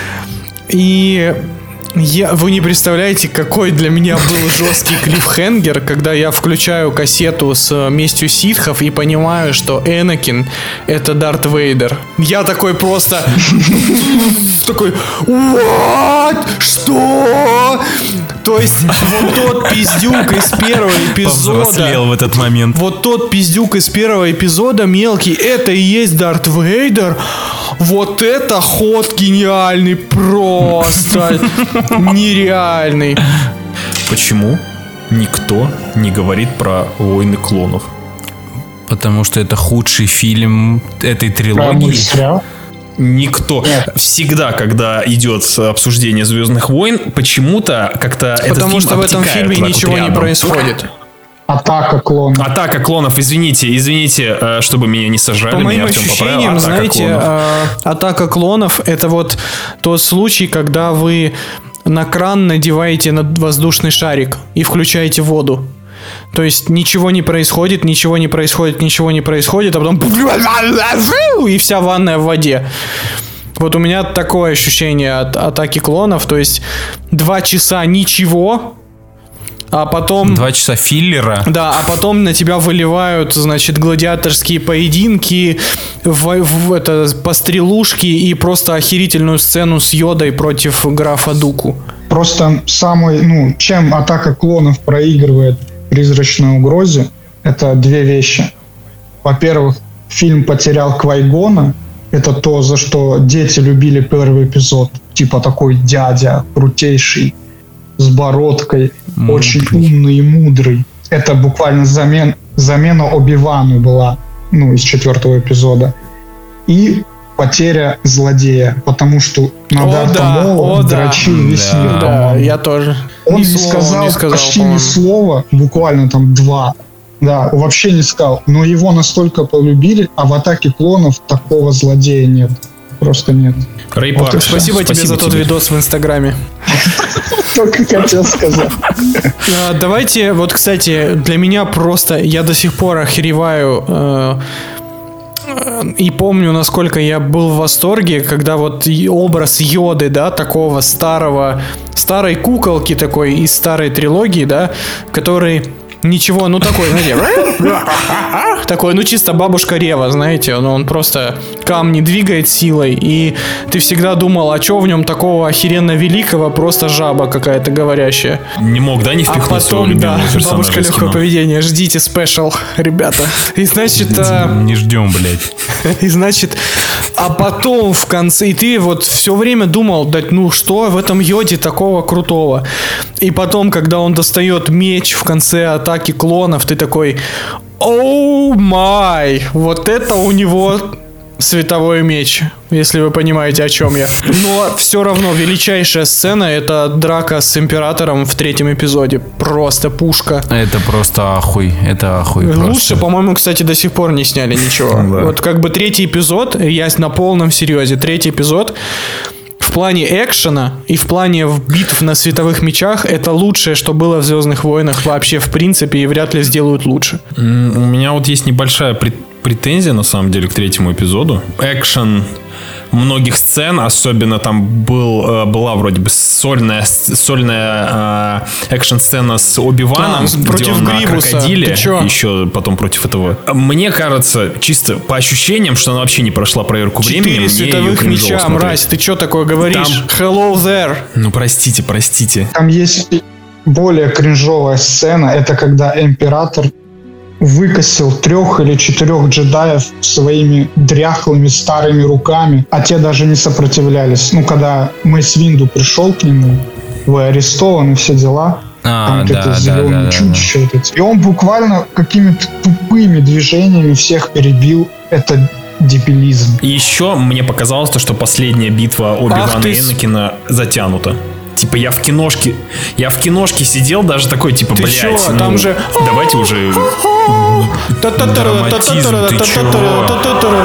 И я, вы не представляете, какой для меня был жесткий клиффхенгер, когда я включаю кассету с местью ситхов и понимаю, что Энакин — это Дарт Вейдер. Я такой просто... Такой, what? Что? То есть вот тот пиздюк из первого Повзрослел эпизода... в этот момент. Вот тот пиздюк из первого эпизода, мелкий, это и есть Дарт Вейдер. Вот это ход гениальный, просто нереальный. Почему никто не говорит про «Войны клонов»? Потому что это худший фильм этой Про трилогии. мультсериал. Никто. Всегда, когда идет обсуждение «Звездных войн», почему-то как-то этот Потому фильм что в этом обтекает фильме вот так вот ничего не рядом. происходит. Атака клонов. Атака клонов, извините, извините, э, чтобы меня не сажали, По меня моим Артем поправил. ощущениям, Атака знаете, клонов. э, атака клонов — это вот тот случай, когда вы на кран надеваете на воздушный шарик и включаете воду. То есть ничего не происходит, ничего не происходит, ничего не происходит, а потом и вся ванная в воде. Вот у меня такое ощущение от атаки клонов. То есть два часа ничего, а потом... Два часа филлера. Да, а потом на тебя выливают, значит, гладиаторские поединки, в, в- это, пострелушки и просто охерительную сцену с Йодой против графа Дуку. Просто самый, ну, чем Атака клонов проигрывает Призрачной угрозе, это две вещи. Во-первых, фильм потерял Квай-Гона. Это то, за что дети любили первый эпизод. Типа такой дядя, крутейший, с бородкой, Мудрый. очень умный и мудрый. Это буквально замен, замена Оби-Вану была, ну, из четвертого эпизода. И потеря злодея, потому что на О, Дарта да, Мола о, да. дрочил весь Да. мир, Да, по-моему. я тоже. Он Ни не слова сказал, не сказал, почти по-моему. ни слова, буквально там два. Да, вообще не сказал. Но его настолько полюбили, а в Атаке клонов такого злодея нет. Просто нет. Рэй Вот Парк, и всё. Спасибо, тебе за тот тебе. видос в Инстаграме. Только хотел сказать. А, Давайте, вот, кстати, для меня просто, я до сих пор охереваю э, э, и помню, насколько я был в восторге, когда вот и образ Йоды, да, такого старого, старой куколки такой из старой трилогии, да, который ничего, ну такой, знаете, такой, ну чисто бабушка Рева, знаете, но он просто камни двигает силой, и ты всегда думал, а что в нем такого охеренно великого, просто жаба какая-то говорящая. Не мог, да, не А впихнуть своего потом, да, любимого персонажа бабушка из легкого кино? поведения, ждите спешл, ребята. И значит, а, Не ждем, блядь. и значит, а потом в конце, и ты вот все время думал, да, ну что в этом Йоде такого крутого? И потом, когда он достает меч в конце атаки клонов, ты такой, Оу май! Вот это у него световой меч, если вы понимаете, о чем я. Но все равно величайшая сцена — это драка с императором в третьем эпизоде. Просто пушка. Это просто ахуй. Это ахуй. Лучше, просто. по-моему, кстати, до сих пор не сняли ничего. Вот как бы третий эпизод, я на полном серьезе, третий эпизод в плане экшена и в плане битв на световых мечах — это лучшее, что было в «Звездных войнах» вообще в принципе, и вряд ли сделают лучше. У меня вот есть небольшая пред- претензия, на самом деле, к третьему эпизоду. Экшен многих сцен, особенно там был, э, была вроде бы сольная, сольная э, экшн-сцена с Оби-Ваном, Да, где против он на Грибуса. крокодиле, Ты чё? еще потом против этого. Мне кажется, чисто по ощущениям, что она вообще не прошла проверку временем. Четыре мне световых её кринжово меча, смотреть. мразь, ты чё такое говоришь? Там- Hello there. Ну, простите, простите. Там есть более кринжовая сцена. Это когда император выкосил трех или четырех джедаев своими дряхлыми старыми руками, а те даже не сопротивлялись. Ну, когда Мэйс Винду пришел к нему, вы арестованы, все дела. А, Там вот да, это да, зеленое да, да, чудище вот это. И он буквально какими-то тупыми движениями всех перебил. Это дебилизм. И еще мне показалось, то, что последняя битва Ах Оби-Вана ты и с- Энакина затянута. Типа я в киношке, я в киношке сидел даже такой, типа, Ты блядь, чё, ну, там же- давайте уже. Драматизм, ты чё?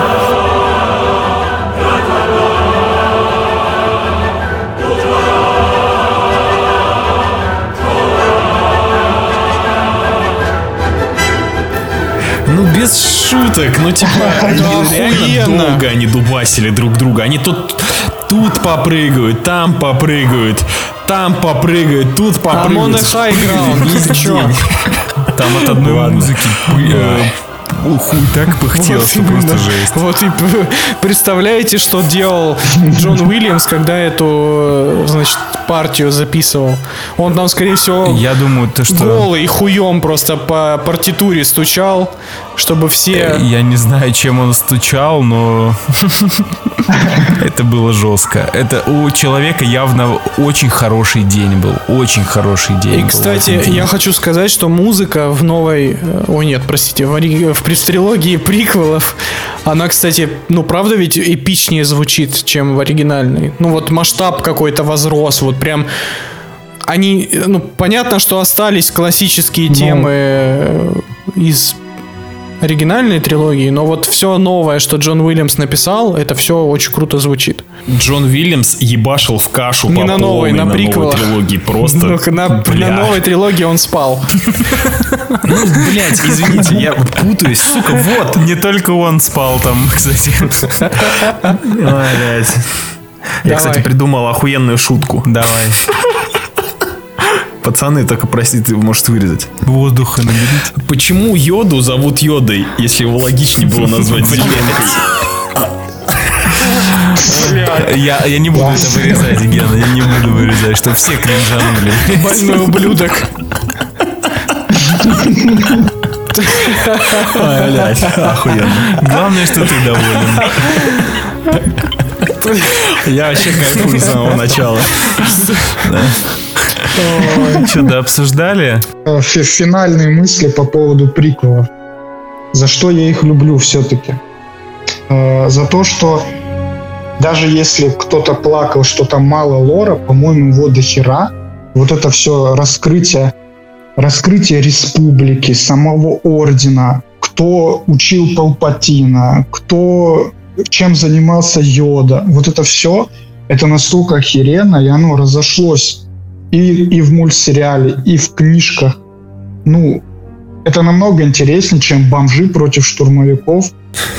Ну без шуток, ну типа реально охуенно. долго они дубасили друг друга. Они тут тут попрыгают, там попрыгают, там попрыгают, тут I'm on попрыгают. a high ground. Ты чё? Там от одной Ладно. музыки пы- э, хуй так пыхтел, Вот что именно. просто жесть. Вот и п- представляете, что делал Джон Уильямс, когда эту, э, значит, партию записывал. Он там, скорее всего, Я думаю, то, что... голый хуем просто по партитуре стучал, чтобы все... Я не знаю, чем он стучал, но это было жестко. Это у человека явно очень хороший день был. Очень хороший день И, был. кстати, в этот день. я хочу сказать, что музыка в новой... э, О, нет, простите, в, ори- в трилогии приквелов, она, кстати, ну, правда ведь эпичнее звучит, чем в оригинальной. Ну, вот масштаб какой-то возрос, вот прям... Они, ну, понятно, что остались классические темы э, из оригинальной трилогии, но вот все новое, что Джон Уильямс написал, это все очень круто звучит. Джон Уильямс ебашил в кашу Не по на новой, полной, на на новой приквелах. трилогии. Просто, Ну, на, бля. на новой трилогии он спал. Ну, блядь, извините, я путаюсь, сука, вот. Не только он спал там, кстати. Ой, блядь. Я, Давай. кстати, придумал охуенную шутку. Давай. Пацаны, только простите, может вырезать. Воздуха наберите. Почему Йоду зовут Йодой, если его логичнее было назвать Зеленкой? Я, я не буду это вырезать, Гена, я не буду вырезать, чтобы все кринжанули. Больной ублюдок. Ой, блядь, охуенно. Главное, что ты доволен. Я вообще кайфую с самого начала. Что-то обсуждали? Э, фи- Финальные мысли по поводу приквелов. За что я их люблю все-таки? За то, что даже если кто-то плакал, что там мало лора, по-моему, его до хера. Вот это все раскрытие, раскрытие республики, самого ордена, кто учил Палпатина, кто чем занимался Йода. Вот это все, это настолько охеренно, и оно разошлось и, и в мультсериале, и в книжках. Ну, это намного интереснее, чем бомжи против штурмовиков.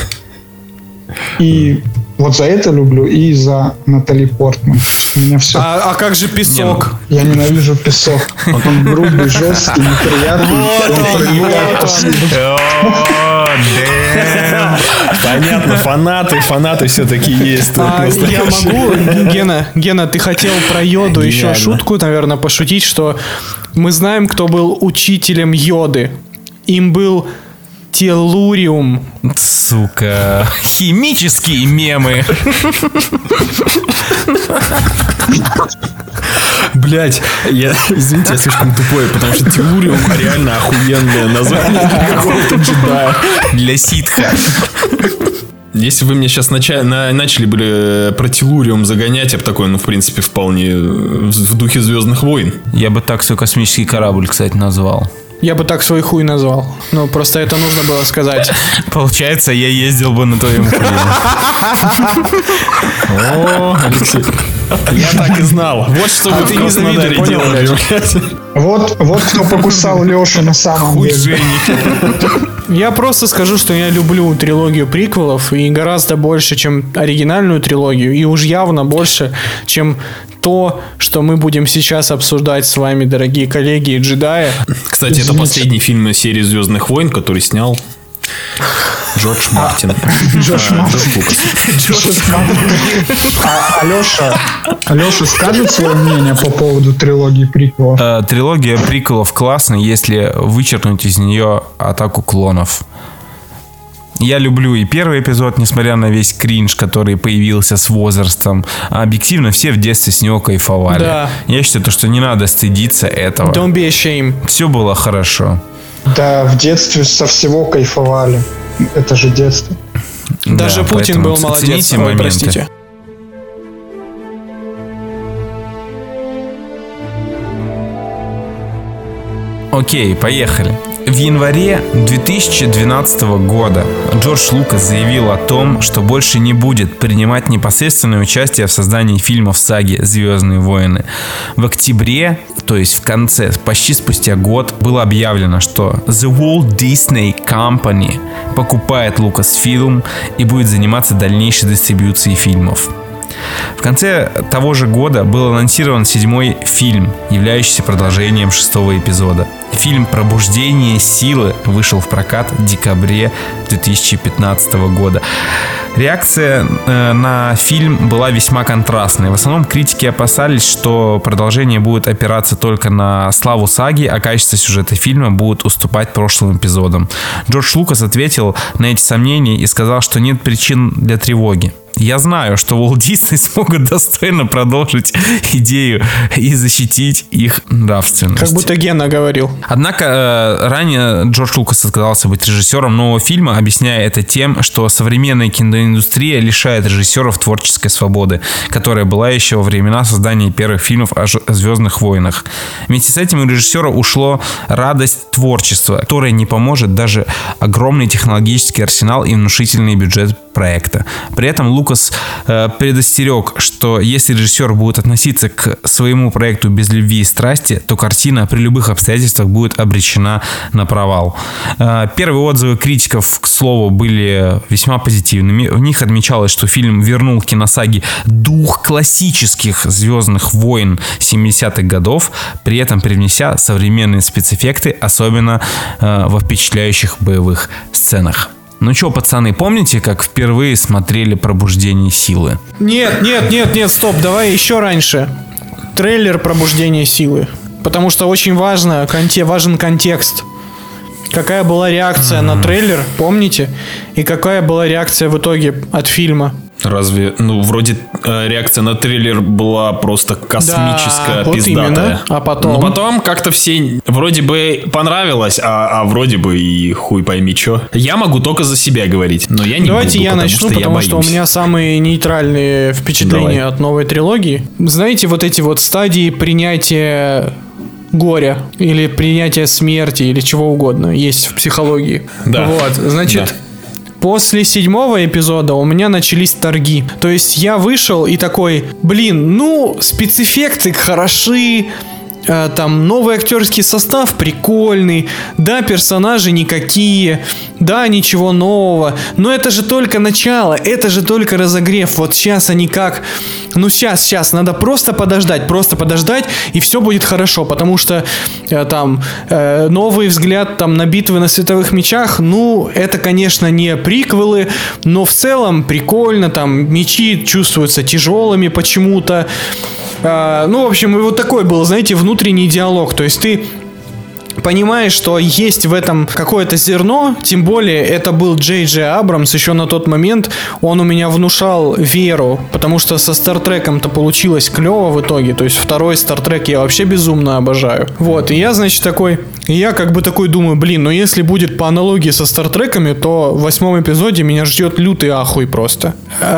И вот за это люблю, и за Натали Портман. У меня все. А, а как же песок? Я ненавижу песок. Он грубый, жесткий, неприятный. Он проникает повсюду. О, дэм. Понятно, фанаты, фанаты все-таки есть. тут А, я настоящие. могу, Гена, Гена, ты хотел про Йоду еще Гениально. шутку, наверное, пошутить, что мы знаем, кто был учителем Йоды. Им был Теллуриум. Сука. Химические мемы. Блять, я, извините, я слишком тупой, потому что Телуриум реально охуенное название для какого-то джедая. Для ситха. Если вы мне сейчас начали, на, начали бы про Телуриум загонять, я бы такой, ну, в принципе, вполне в, в духе «Звездных войн». Я бы так свой космический корабль, кстати, назвал. Я бы так свой хуй назвал. Ну, просто это нужно было сказать. Получается, я ездил бы на твоем хуе. О, Алексей, я так и знал. Вот что вы ты не завидуй, понял, блядь? Вот, вот кто покусал Лешу на самом Хуй деле. Жени. Я просто скажу, что я люблю трилогию приквелов и гораздо больше, чем оригинальную трилогию, и уж явно больше, чем то, что мы будем сейчас обсуждать с вами, дорогие коллеги и джедаи. Кстати, это Извините. последний фильм серии «Звездных войн», который снял Джордж Мартин. Джордж А, Мартин. Джордж Лукас. А Алеша, Алеша скажет свое мнение по поводу трилогии приквелов? Э, Трилогия приквелов классная, если вычеркнуть из нее «Атаку клонов». Я люблю и первый эпизод, несмотря на весь кринж, который появился с возрастом. А объективно все в детстве с него кайфовали. Да. Я считаю, то, что не надо стыдиться этого. Don't be ashamed. Все было хорошо. Да, в детстве со всего кайфовали. Это же детство. Даже Да, Путин поэтому был молодец. цените Ой, моменты. простите. Окей, поехали. В январе две тысячи двенадцатого года Джордж Лукас заявил о том, что больше не будет принимать непосредственное участие в создании фильмов саги «Звездные войны». В октябре, то есть в конце, почти спустя год, было объявлено, что The Walt Disney Company покупает Lucasfilm и будет заниматься дальнейшей дистрибьюцией фильмов. В конце того же года был анонсирован седьмой фильм, являющийся продолжением шестого эпизода. Фильм «Пробуждение силы» вышел в прокат в декабре две тысячи пятнадцатого года. Реакция э, на фильм была весьма контрастной. В основном критики опасались, что продолжение будет опираться только на славу саги, а качество сюжета фильма будет уступать прошлым эпизодам. Джордж Лукас ответил на эти сомнения и сказал, что нет причин для тревоги. Я знаю, что Walt Disney смогут достойно продолжить идею и защитить их нравственность. Как будто Гена говорил. Однако э, ранее Джордж Лукас отказался быть режиссером нового фильма, объясняя это тем, что современная киноиндустрия лишает режиссеров творческой свободы, которая была еще во времена создания первых фильмов о Ж- «Звездных войнах». Вместе с этим у режиссера ушло радость творчества, которая не поможет даже огромный технологический арсенал и внушительный бюджет проекта. При этом Лукас э, предостерег, что если режиссер будет относиться к своему проекту без любви и страсти, то картина при любых обстоятельствах будет обречена на провал. Э, первые отзывы критиков, к слову, были весьма позитивными. В них отмечалось, что фильм вернул киносаге дух классических «Звездных войн» семидесятых годов, при этом привнеся современные спецэффекты, особенно э, во впечатляющих боевых сценах. Ну что, пацаны, помните, как впервые смотрели «Пробуждение силы»? Нет, нет, нет, нет, стоп, давай еще раньше. Трейлер «Пробуждение силы». Потому что очень важно, конте, важен контекст. Какая была реакция mm-hmm. на трейлер, помните? И какая была реакция в итоге от фильма? Разве, ну, вроде э, реакция на трейлер была просто космическая, да, вот пиздатая. именно. А потом? Но потом как-то все вроде бы понравилось, а, а вроде бы и хуй пойми чё. Я могу только за себя говорить, но я не Давайте буду, я потому начну, что потому я что у меня самые нейтральные впечатления Давай. от новой трилогии. Знаете, вот эти вот стадии принятия горя или принятия смерти или чего угодно есть в психологии. Да. Вот, значит... Да. После седьмого эпизода у меня начались торги. То есть я вышел и такой, блин, ну, спецэффекты хороши, э, там новый актерский состав прикольный, да, персонажи никакие, да, ничего нового, но это же только начало, это же только разогрев. Вот сейчас они как... Ну, сейчас, сейчас, надо просто подождать, просто подождать, и все будет хорошо, потому что э, там э, новый взгляд там на битвы на световых мечах, ну, это, конечно, не приквелы, но в целом прикольно, там мечи чувствуются тяжелыми почему-то. Э, ну, в общем, и вот такой был, знаете, внутренний диалог, то есть ты понимаешь, что есть в этом какое-то зерно, тем более это был Джей Джей Абрамс, еще на тот момент он у меня внушал веру, потому что со Стартреком-то получилось клево в итоге, то есть второй Стартрек я вообще безумно обожаю. Вот, и я, значит, такой, я как бы такой думаю, блин, ну если будет по аналогии со Стартреками, то в восьмом эпизоде меня ждет лютый ахуй просто.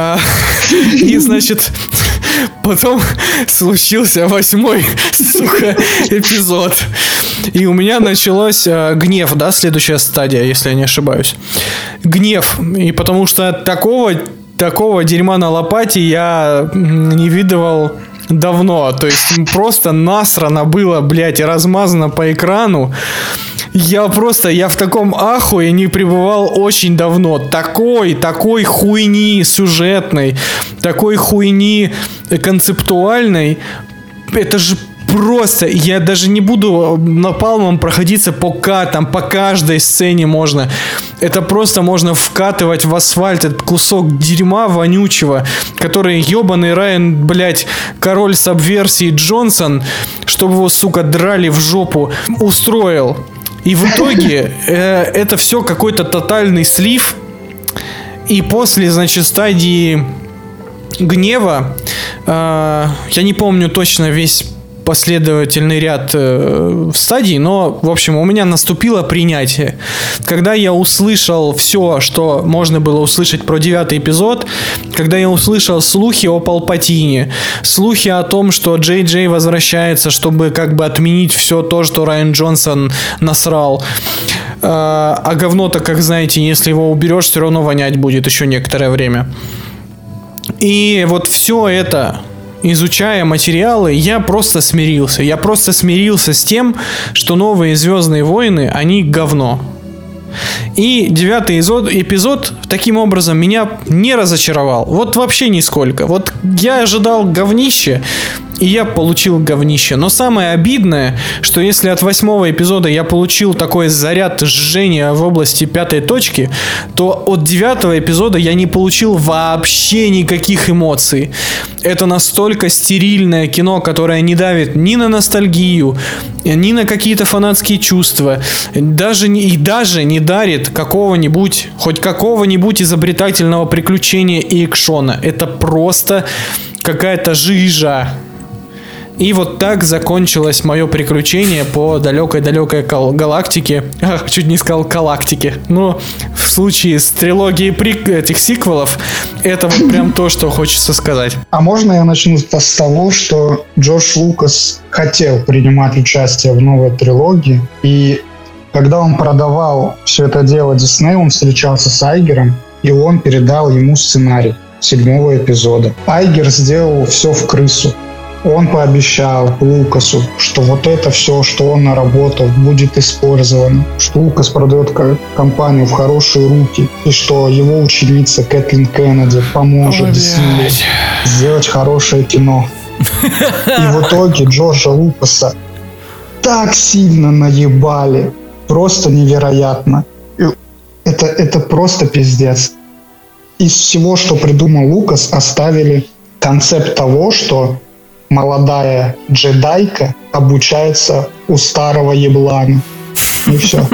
И, значит, потом случился восьмой, сука, эпизод. И у меня началось э, гнев, да, следующая стадия, если я не ошибаюсь. Гнев. И потому что такого, такого дерьма на лопате я не видывал давно. То есть просто насрано было, блядь, и размазано по экрану. Я просто, я в таком ахуе не пребывал очень давно. Такой, такой хуйни сюжетной, такой хуйни концептуальной. Это же просто, я даже не буду напалмом проходиться по катам, по каждой сцене можно. Это просто можно вкатывать в асфальт этот кусок дерьма вонючего, который ебаный Райан, блядь, король сабверсии Джонсон, чтобы его, сука, драли в жопу, устроил. И в итоге э, это все какой-то тотальный слив. И после, значит, стадии гнева, э, я не помню точно весь последовательный ряд э, стадий, но, в общем, у меня наступило принятие. Когда я услышал все, что можно было услышать про девятый эпизод, когда я услышал слухи о Палпатине, слухи о том, что Джей Джей возвращается, чтобы как бы отменить все то, что Райан Джонсон насрал. Э, а говно-то, как знаете, если его уберешь, все равно вонять будет еще некоторое время. И вот все это, изучая материалы, я просто смирился. Я просто смирился с тем, что новые «Звездные войны», они говно. И девятый эпизод таким образом меня не разочаровал. Вот вообще нисколько. Вот я ожидал говнище, и я получил говнище. Но самое обидное, что если от восьмого эпизода я получил такой заряд жжения в области пятой точки, то от девятого эпизода я не получил вообще никаких эмоций. Это настолько стерильное кино, которое не давит ни на ностальгию, ни на какие-то фанатские чувства, даже не, и даже не дарит какого-нибудь, хоть какого-нибудь изобретательного приключения и экшона. Это просто какая-то жижа. И вот так закончилось мое приключение по далекой-далекой галактике. Ах, чуть не сказал галактике. Но в случае с трилогией прик- этих сиквелов, это вот прям то, что хочется сказать. А можно я начну с того, что Джордж Лукас хотел принимать участие в новой трилогии, и когда он продавал все это дело Дисней, он встречался с Айгером, и он передал ему сценарий седьмого эпизода. Айгер сделал все в крысу. Он пообещал Лукасу, что вот это все, что он наработал, будет использовано, что Лукас продает компанию в хорошие руки, и что его ученица Кэтлин Кеннеди поможет Диснею сделать хорошее кино. И в итоге Джорджа Лукаса так сильно наебали, просто невероятно. Это, это просто пиздец. Из всего, что придумал Лукас, оставили концепт того, что молодая джедайка обучается у старого еблана. И все.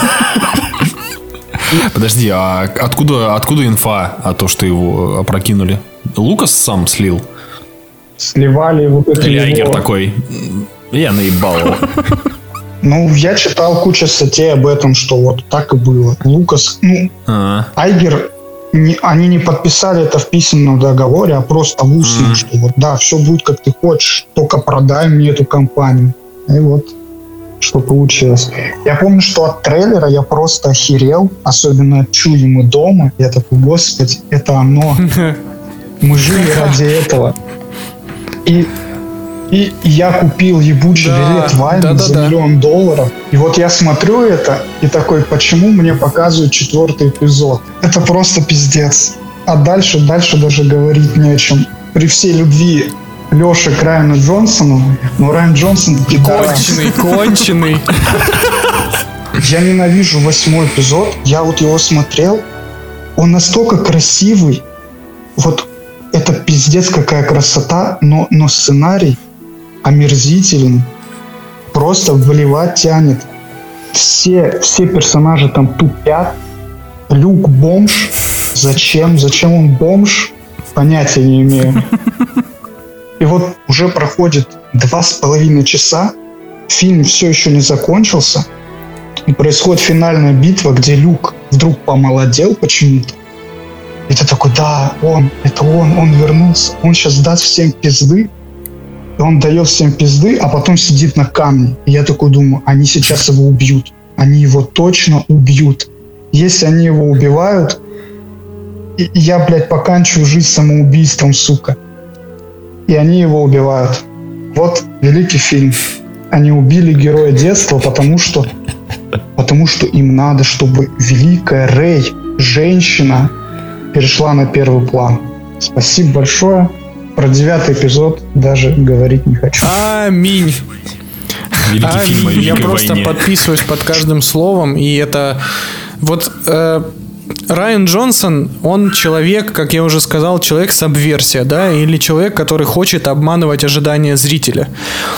Подожди, а откуда, откуда инфа о том, что его опрокинули? Лукас сам слил? Сливали вот это Или Айгер его... такой, я наебал его. Ну, я читал кучу статей об этом, что вот так и было. Лукас, ну, А-а. Айгер... Не, они не подписали это в письменном договоре, а просто в устном, mm-hmm. что вот да, все будет как ты хочешь, только продай мне эту компанию. И вот что получилось. Я помню, что от трейлера я просто охерел, особенно от «Чули мы дома». Я такой, господи, это оно. Мы жили ради этого. И И я купил ебучий да, билет в IMAX да, за да, миллион да. долларов. И вот я смотрю это и такой, почему мне показывают четвертый эпизод? Это просто пиздец. А дальше, дальше даже говорить не о чем. При всей любви Лёши к Райану Джонсону, но Райан Джонсон пидорас. Конченый, конченый. Я ненавижу восьмой эпизод. Я вот его смотрел. Он настолько красивый. Вот это пиздец какая красота, но, но сценарий омерзительный. Просто вливать тянет. все, все персонажи там тупят. Люк бомж. Зачем? Зачем он бомж? Понятия не имею. И вот уже проходит два с половиной часа, фильм все еще не закончился, и происходит финальная битва, где Люк вдруг помолодел почему-то. И ты такой, да, он, это он, он вернулся, он сейчас даст всем пизды, и он дает всем пизды, а потом сидит на камне. И я такой думаю, они сейчас его убьют, они его точно убьют. Если они его убивают, и я, блядь, поканчиваю жизнь самоубийством, сука. И они его убивают. Вот великий фильм. Они убили героя детства, потому что, потому что им надо, чтобы великая Рэй, женщина, перешла на первый план. Спасибо большое. Про девятый эпизод даже говорить не хочу. Аминь. Великий Аминь. фильм о Я Великой просто войне. подписываюсь под каждым словом, и это вот э, Райан Джонсон, он человек, как я уже сказал, человек-сабверсия, да, или человек, который хочет обманывать ожидания зрителя.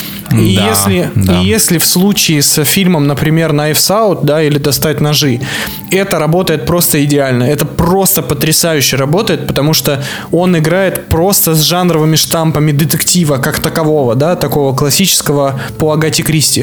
И, Да, если, да. и если в случае с фильмом, например, Knives Out, да, или Достать ножи, это работает просто идеально. Это просто потрясающе работает, потому что он играет просто с жанровыми штампами детектива, как такового, да, такого классического по Агате Кристи.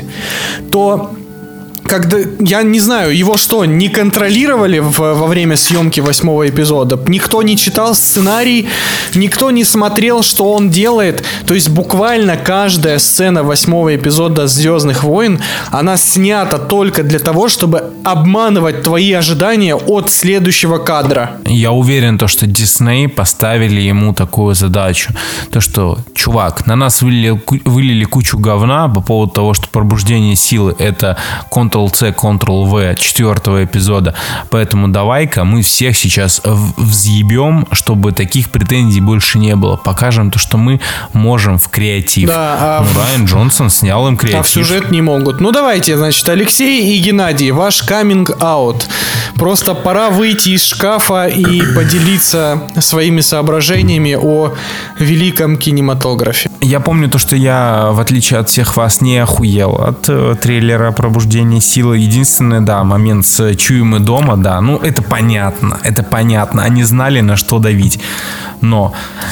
То когда, я не знаю, его что, не контролировали в, во время съемки восьмого эпизода? Никто не читал сценарий, никто не смотрел, что он делает. То есть буквально каждая сцена восьмого эпизода «Звездных войн», она снята только для того, чтобы обманывать твои ожидания от следующего кадра. Я уверен, то, что Дисней поставили ему такую задачу. То, что, чувак, на нас вылили, вылили кучу говна по поводу того, что пробуждение силы — это контрол-C, контрол-V четвертого эпизода. Поэтому давай-ка мы всех сейчас взъебем, чтобы таких претензий больше не было. Покажем то, что мы можем в креатив. Да, а ну, в- Райан Джонсон снял им креатив. А в сюжет не могут. Ну давайте, значит, Алексей и Геннадий, ваш каминг-аут. Просто пора выйти из шкафа и поделиться своими соображениями о великом кинематографе. Я помню то, что я, в отличие от всех вас, не охуел от э, трейлера «Пробуждение силы». Единственный, да, момент с «Чуем и дома», да, ну, это понятно, это понятно. Они знали, на что давить. Но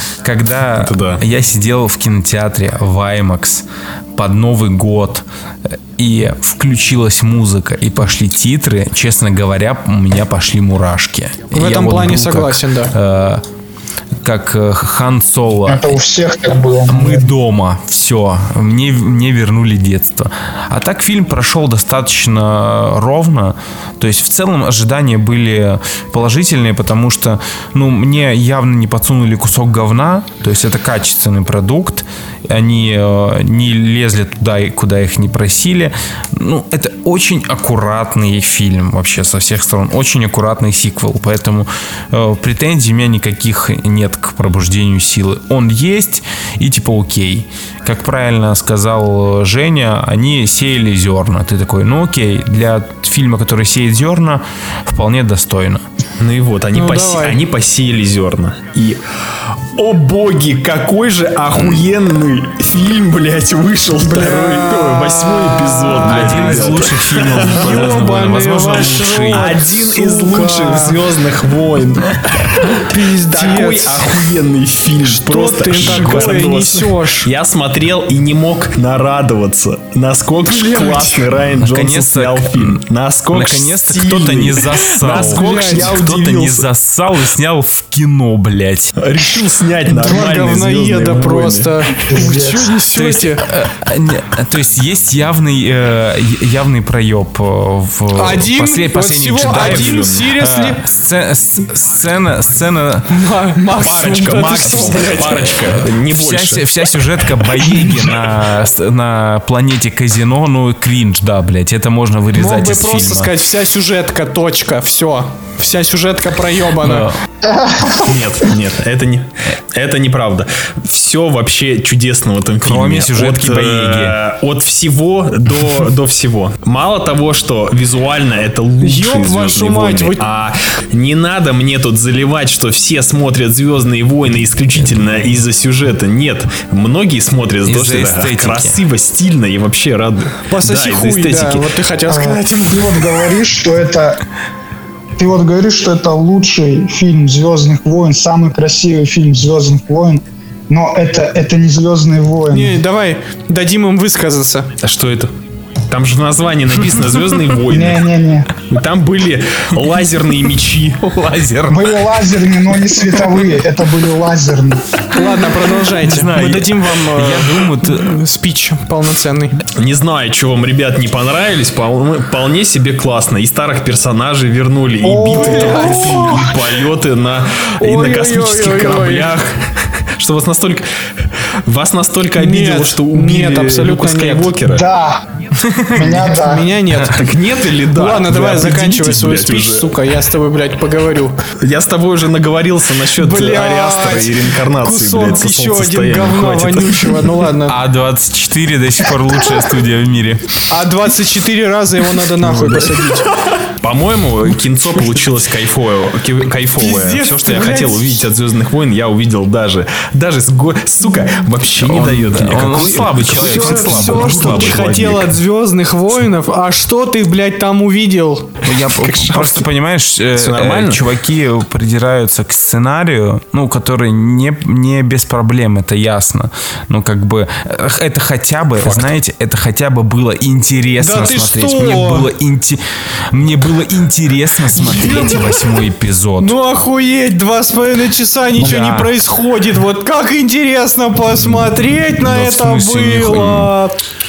когда Это да. я сидел в кинотеатре в IMAX под Новый год, и включилась музыка, и пошли титры, честно говоря, у меня пошли мурашки. В Я этом вот плане был как, согласен, да. э, как э, Хан Соло. Это у всех так было. Мы дома, все, мне, мне вернули детство. А так фильм прошел достаточно ровно. То есть в целом ожидания были положительные, потому что, ну, мне явно не подсунули кусок говна. То есть это качественный продукт. Они э, не лезли туда, куда их не просили. Ну, это очень аккуратный фильм вообще со всех сторон. Очень аккуратный сиквел. Поэтому э, претензий у меня никаких нет к пробуждению силы. Он есть, и типа окей. Как правильно сказал Женя, они сеяли зерна. Ты такой, ну окей, для фильма, который сеет зерна, вполне достойно. Ну и вот, они, Ну, посе- давай. они посеяли зерна. И, о боги, какой же охуенный фильм, блядь, вышел второй, ой, восьмой эпизод, блядь, Один из ребята. лучших фильмов «Звездных войн», возможно, лучший. Один из Сука. лучших «Звездных войн». Такой охуенный фильм. Просто ты такое шикарный. несешь? Я смотрел и не мог нарадоваться, насколько ж Блядь. классный Райан Джонсон Наконец-то- снял фильм. Насколько ж Наконец-то стильный. кто-то не зассал. Насколько ж я Кто-то не удивился. зассал и снял в кино, блядь. Решил снять Два нормальный говноеда просто. Вы что То есть, несете? э, э, не, то есть есть явный, э, явный проеб э, в Один? после- Вот последних всего джедаев. один? Seriously? Э, сце- с- Сцена, сцена, Ма- максимум, Парочка, да ты максимум, что, блядь? парочка, не вся, больше. вся сюжетка Боеги на, с- на планете Казино, ну кринж, да, блядь, это можно Мог вырезать бы из просто фильма. сказать, вся сюжетка, точка, все. Вся сюжетка проебана. Но- Нет, нет, это не, это неправда. Все все вообще чудесно в этом фильме. Кроме сюжетки от, Боеги. э, от всего до, до всего. Мало того, что визуально это лучшие Ёб вашу «Звездные мать, войны», вы- а не надо мне тут заливать, что все смотрят «Звездные войны» исключительно из-за сюжета. Нет, многие смотрят Из-за потому что это эстетики. красиво, стильно и вообще рад. Пососи да, хуй, из-за да, эстетики. вот ты хотел сказать. Ты вот говоришь, что это... Ты вот говоришь, что это лучший фильм «Звездных войн», самый красивый фильм «Звездных войн», но это, это не «Звездные войны». Не, давай, дадим им высказаться. А что это? Там же в названии написано «Звездные войны». Не-не-не. Там были лазерные мечи. Лазер. Были лазерные, но не световые. Это были лазерные. Ладно, продолжайте. знаю, Мы я- дадим вам э, Я думаю, ты- спич полноценный. Не знаю, что вам, ребят, не понравились. Вполне, вполне себе классно. И старых персонажей вернули, и битвы, и полеты на, и на космических Ой-ой-ой-ой-ой. кораблях. Что вас настолько... Вас настолько обидело, Нет, что убили нет, абсолютно Люка нет. Скайуокера? Да. Меня да. Меня нет. Так нет или да? Ладно, Вы давай заканчивай определитесь, свой блядь, спич, уже. сука, я с тобой, блядь, поговорю. Я с тобой уже наговорился насчет Блядь, Ариастера и реинкарнации, кусок блядь, со еще один солнцестояния. говно Хватит. вонючего, ну ладно. А двадцать четыре до сих пор лучшая студия в мире. А двадцать четыре раза его надо нахуй посадить. По-моему, кинцо получилось кайфовое. ки- кайфовое. Пиздец, Все, что ты, я блядь. хотел увидеть от «Звездных войн», я увидел даже. Даже с го... Сука, вообще не Он- дает мне. он Какой- слабый какой человек, он он Все, слабый, слабый, он что слабый ты человек. хотел от «Звездных воинов», а что ты, блядь, там увидел? Я просто, понимаешь, э, Всё нормально? э, чуваки придираются к сценарию, ну, который не, не без проблем, это ясно. Ну, как бы, э, это хотя бы, знаете, это хотя бы было интересно Да ты смотреть. что? Мне было, инте- мне было интересно смотреть восьмой эпизод. Ну охуеть, два с половиной часа ничего Да. не происходит. Вот как интересно посмотреть на Да, в это смысле, было.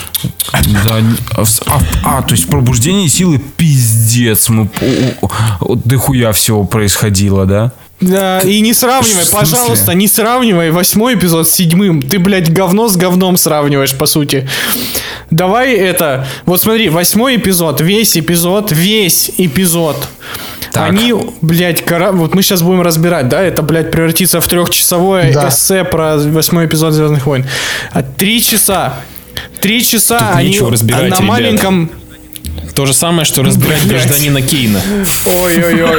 Да, а, а, а, то есть пробуждение силы пиздец. Мы, о, о, дохуя всего происходило, да? Да, и не сравнивай, В смысле? пожалуйста, не сравнивай восьмой эпизод с седьмым. Ты, блядь, говно с говном сравниваешь, по сути. Давай это... Вот смотри, восьмой эпизод, весь эпизод, весь эпизод. Так. Они, блядь, кора... вот мы сейчас будем разбирать, да, это, блядь, превратится в трехчасовое Да. эссе про восьмой эпизод «Звездных войн». А Три часа. Три часа Тут они нечего разбирать, на ребят. маленьком... То же самое, что разбирать Блядь. гражданина Кейна. Ой-ой-ой.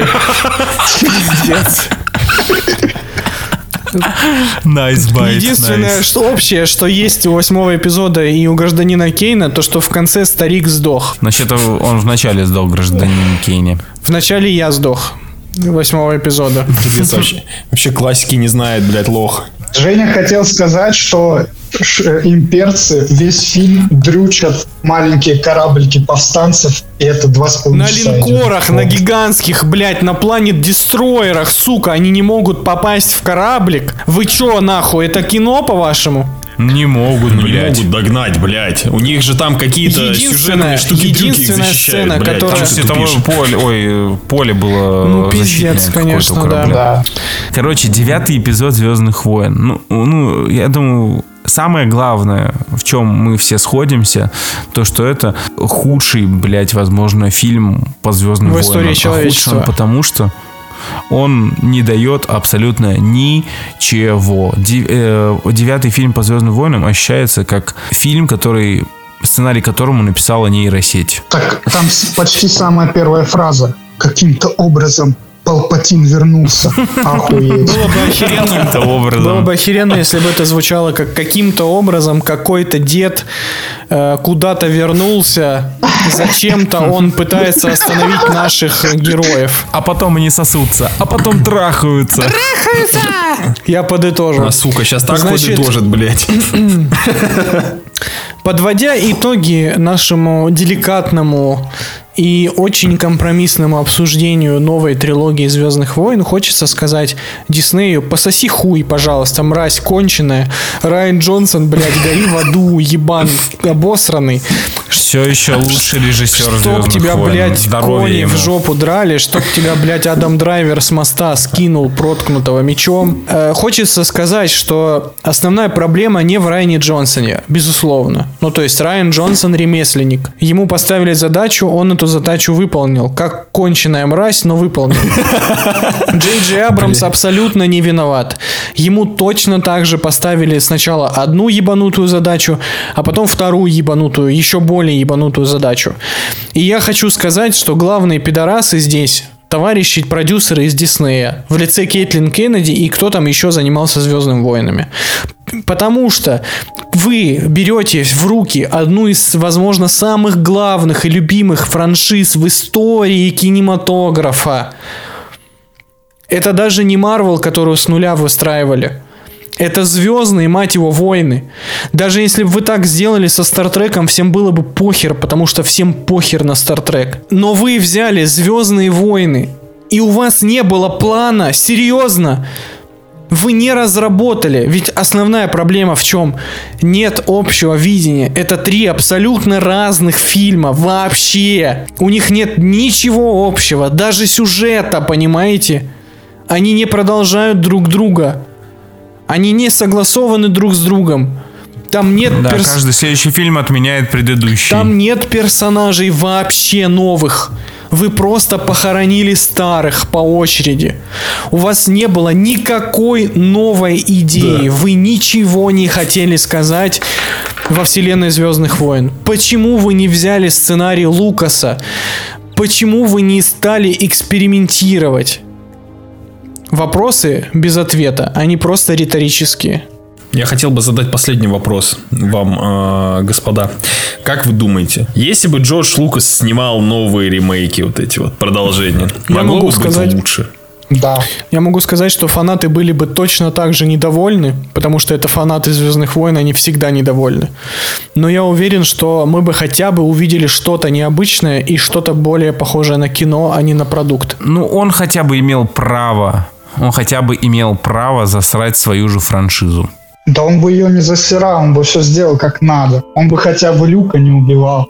Пиздец. Nice bite, Единственное, nice. что общее, что есть у восьмого эпизода и у гражданина Кейна, то что в конце старик сдох. Значит, он вначале сдал гражданин Кейни. Вначале я сдох. Восьмого эпизода. Пиздец, вообще, вообще классики не знает, блядь, лох. Женя хотел сказать, что ш- имперцы весь фильм дрючат маленькие кораблики повстанцев, и это два с половиной На часа линкорах, идет. на гигантских, блядь, на планет-дестройерах, сука, они не могут попасть в кораблик. Вы чё, нахуй, это кино, по-вашему? Не могут, Не блядь. могут догнать, блядь. У них же там какие-то Единственная- сюжетные штуки-дрюки их единственная защищают, сцена, блядь. которая- Там Там что световое тупишь? поле, ой, поле было Ну, защитное пиздец, какое-то конечно, у корабля. Да. Короче, девятый эпизод «Звездных войн». Ну, ну, я думаю, самое главное, в чем мы все сходимся, то, что это худший, блядь, возможно, фильм по «Звездным В войнам». истории А худший человечества. он потому что он не дает абсолютно ничего. Ди- э, Девятый фильм по «Звездным войнам» ощущается как фильм, который сценарий которому написала нейросеть. Так там с- почти самая первая фраза. Каким-то образом Палпатин вернулся. Охуеть. Было бы охеренно. Каким-то образом. Было бы охеренно, если бы это звучало как каким-то образом какой-то дед э, куда-то вернулся, зачем-то он пытается остановить наших героев. А потом они сосутся, а потом трахаются. Я подытожу. А, сука, сейчас так Значит- подытожит, блядь. Подводя итоги нашему деликатному и очень компромиссному обсуждению новой трилогии «Звездных войн», хочется сказать Диснею: пососи хуй, пожалуйста, мразь конченая. Райан Джонсон, блядь, гори в аду, ебан обосранный. Все еще лучший режиссер Чтоб «Звездных тебя, войн». блядь, Здоровья кони ему. в жопу драли, чтоб тебя, блядь, Адам Драйвер с моста скинул проткнутого мечом. Э, хочется сказать, что основная проблема не в Райане Джонсоне, безусловно. Ну, то есть Райан Джонсон ремесленник. Ему поставили задачу, он эту эту задачу выполнил. Как конченая мразь, но выполнил. Джей Джей Абрамс абсолютно не виноват. Ему точно так же поставили сначала одну ебанутую задачу, а потом вторую ебанутую, еще более ебанутую задачу. И я хочу сказать, что главные пидорасы здесь товарищи продюсеры из Диснея в лице Кейтлин Кеннеди и кто там еще занимался «Звездными войнами». Потому что вы берете в руки одну из, возможно, самых главных и любимых франшиз в истории кинематографа. Это даже не Марвел, которую с нуля выстраивали. Это звездные, мать его, войны. Даже если бы вы так сделали со Стартреком, всем было бы похер, потому что всем похер на Стартрек. Но вы взяли Звездные войны, и у вас не было плана, серьезно. Вы не разработали, ведь основная проблема в чем? Нет общего видения. Это три абсолютно разных фильма вообще. У них нет ничего общего, даже сюжета, понимаете? Они не продолжают друг друга. Они не согласованы друг с другом. Там нет да, перс... каждый следующий фильм отменяет предыдущий. Там нет персонажей вообще новых. Вы просто похоронили старых по очереди. У вас не было никакой новой идеи. Да. Вы ничего не хотели сказать во вселенной Звездных войн. Почему вы не взяли сценарий Лукаса? Почему вы не стали экспериментировать? Вопросы без ответа, они просто риторические. Я хотел бы задать последний вопрос вам, э, господа. Как вы думаете, если бы Джордж Лукас снимал новые ремейки, вот эти вот продолжения, Я могло могу бы сказать... быть лучше? Да. Я могу сказать, что фанаты были бы точно так же недовольны, потому что это фанаты «Звездных войн», они всегда недовольны. Но я уверен, что мы бы хотя бы увидели что-то необычное и что-то более похожее на кино, а не на продукт. Ну, он хотя бы имел право, он хотя бы имел право засрать свою же франшизу. Да он бы ее не засирал, он бы все сделал как надо. Он бы хотя бы Люка не убивал.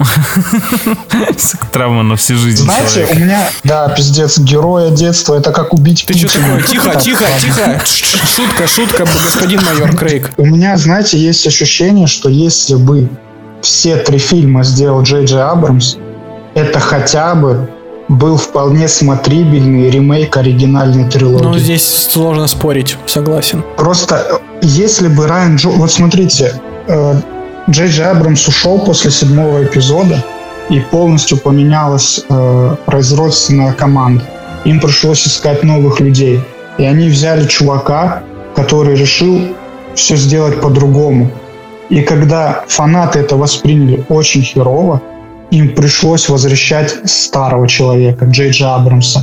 Травма на всю жизнь. Знаете, человека. У меня, да, пиздец, героя детства, это как убить Ты что такое? Тихо, тихо, тихо. Шутка, шутка, господин майор Крейг. У меня, знаете, есть ощущение, что если бы все три фильма сделал Джей Джей Абрамс, это хотя бы был вполне смотрибельный ремейк оригинальной трилогии. Ну, здесь сложно спорить, согласен. Просто, если бы Райан Джо... Вот смотрите, э, Джей Джей Абрамс ушел после седьмого эпизода, и полностью поменялась э, производственная команда. Им пришлось искать новых людей. И они взяли чувака, который решил все сделать по-другому. И когда фанаты это восприняли очень херово, им пришлось возвращать старого человека, Джей Джей Абрамса.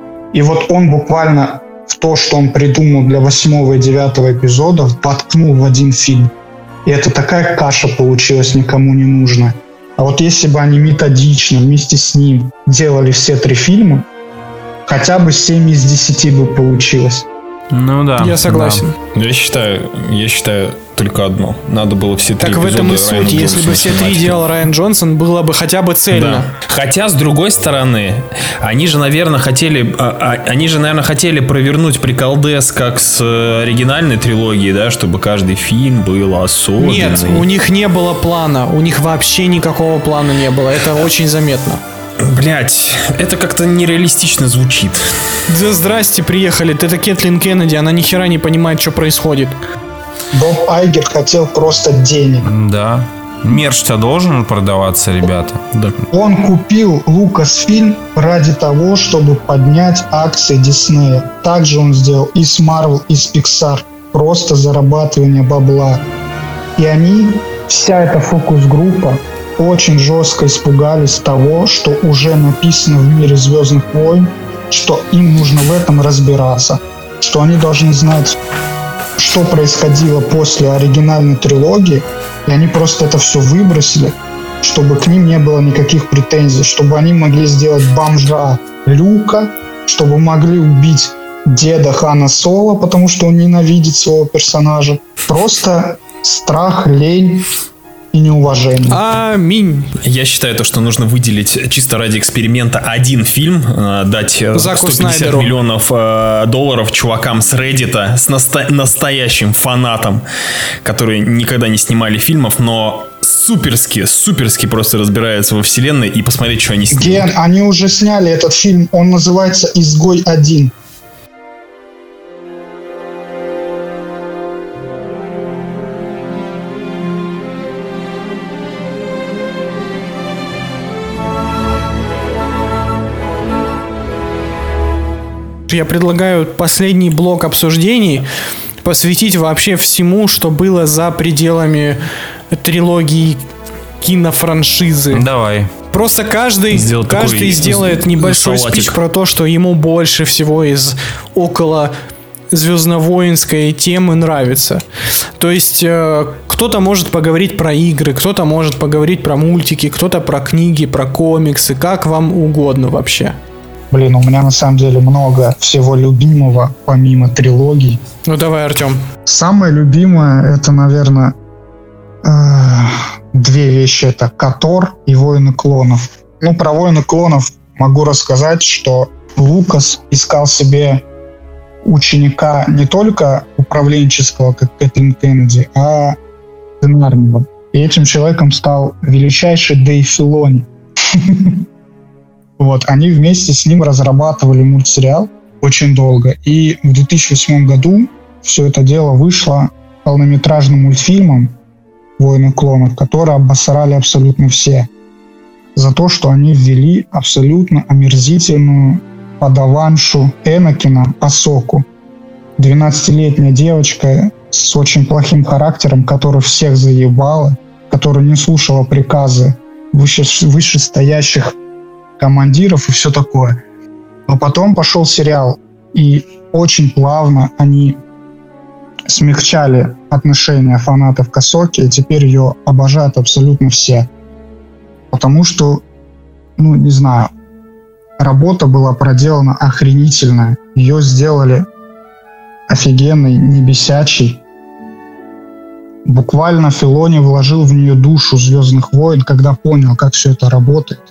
И вот он буквально в то, что он придумал для восьмого и девятого эпизода, воткнул в один фильм. И это такая каша получилась, никому не нужная. А вот если бы они методично вместе с ним делали все три фильма, хотя бы семь из десяти бы получилось. Ну да. Я согласен. Да. Я считаю, я считаю только одно. Надо было все три так эпизода. Так в этом и суть. Если бы все три делал Райан Джонсон, было бы хотя бы цельно. Да. Хотя, с другой стороны, они же, наверное, хотели, они же, наверное, хотели провернуть приколдес, как с оригинальной трилогией, да, чтобы каждый фильм был особенный. Нет, у них не было плана. У них вообще никакого плана не было. Это очень заметно. Блять, это как-то нереалистично звучит. Да здрасте, приехали. Это Кэтлин Кеннеди, она ни хера не понимает, что происходит. Боб Айгер хотел просто денег. Да. Мерч-то должен продаваться, ребята. Да. Он купил Lucasfilm ради того, чтобы поднять акции Диснея. Также он сделал и с Marvel, и с Pixar. Просто зарабатывание бабла. И они, вся эта фокус-группа, очень жестко испугались того, что уже написано в мире Звездных войн, что им нужно в этом разбираться, что они должны знать, что происходило после оригинальной трилогии, и они просто это все выбросили, чтобы к ним не было никаких претензий, чтобы они могли сделать бомжа Люка, чтобы могли убить деда Хана Соло, потому что он ненавидит своего персонажа. Просто страх, лень и неуважение. Аминь. Я считаю, то, что нужно выделить чисто ради эксперимента один фильм, дать Заку сто пятьдесят Снайдеру. миллионов долларов чувакам с Reddit, с наста- настоящим фанатом, которые никогда не снимали фильмов, но с суперски, суперски просто разбираются во вселенной и посмотреть, что они снимут. Ген, они уже сняли этот фильм, он называется «Изгой один». Я предлагаю последний блок обсуждений посвятить вообще всему, что было за пределами трилогии кинофраншизы. Давай. Просто каждый, Сделать каждый такой сделает небольшой салатик. спич про то, что ему больше всего из около звездно-воинской темы нравится. То есть э, кто-то может поговорить про игры, кто-то может поговорить про мультики, кто-то про книги, про комиксы, как вам угодно вообще. Блин, у меня на самом деле много всего любимого, помимо трилогий. Ну давай, Артем. Самое любимое, это, наверное, э, две вещи. Это Котор и Войны клонов. Ну, про Войны клонов могу рассказать, что Лукас искал себе ученика не только управленческого, как Кэтлин Кеннеди, а сценарного. И этим человеком стал величайший Дэйв Филони. Вот, они вместе с ним разрабатывали мультсериал очень долго. И в две тысячи восьмом году все это дело вышло полнометражным мультфильмом «Войны клонов», которые обосрали абсолютно все. За то, что они ввели абсолютно омерзительную подаваншу Энакина Асоку. двенадцатилетняя девочка с очень плохим характером, которая всех заебала, которая не слушала приказы выше, вышестоящих командиров и все такое. Но потом пошел сериал, и очень плавно они смягчали отношения фанатов к Асоке, и теперь ее обожают абсолютно все. Потому что, ну, не знаю, работа была проделана охренительная. Ее сделали офигенной, не бесячей. Буквально Филони вложил в нее душу «Звездных войн», когда понял, как все это работает.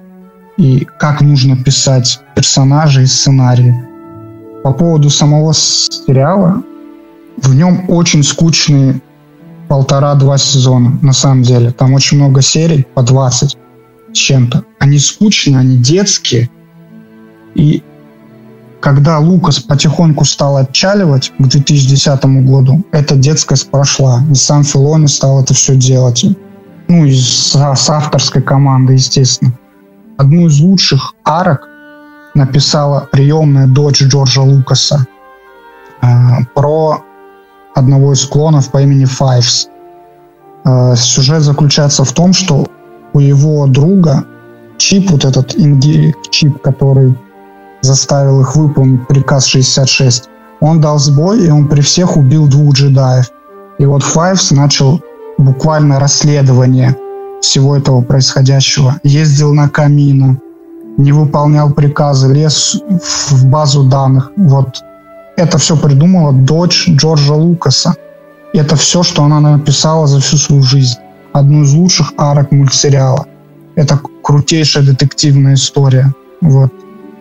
И как нужно писать персонажей и сценарии. По поводу самого сериала, в нем очень скучные полтора-два сезона, на самом деле. Там очень много серий, по двадцать с чем-то. Они скучные, они детские. И когда Лукас потихоньку стал отчаливать к две тысячи десятому году, эта детскость прошла. И сам Филони стал это все делать. Ну, и с, с авторской командой, естественно. Одну из лучших арок написала приемная дочь Джорджа Лукаса э, про одного из клонов по имени Файвс. Э, сюжет заключается в том, что у его друга чип, вот этот инги-чип, который заставил их выполнить приказ шестьдесят шесть, он дал сбой, и он при всех убил двух джедаев. И вот Файвс начал буквально расследование всего этого происходящего. Ездил на Камино, не выполнял приказы, лез в базу данных. Вот это все придумала дочь Джорджа Лукаса. И это все, что она написала за всю свою жизнь. Одну из лучших арок мультсериала. Это крутейшая детективная история. Вот.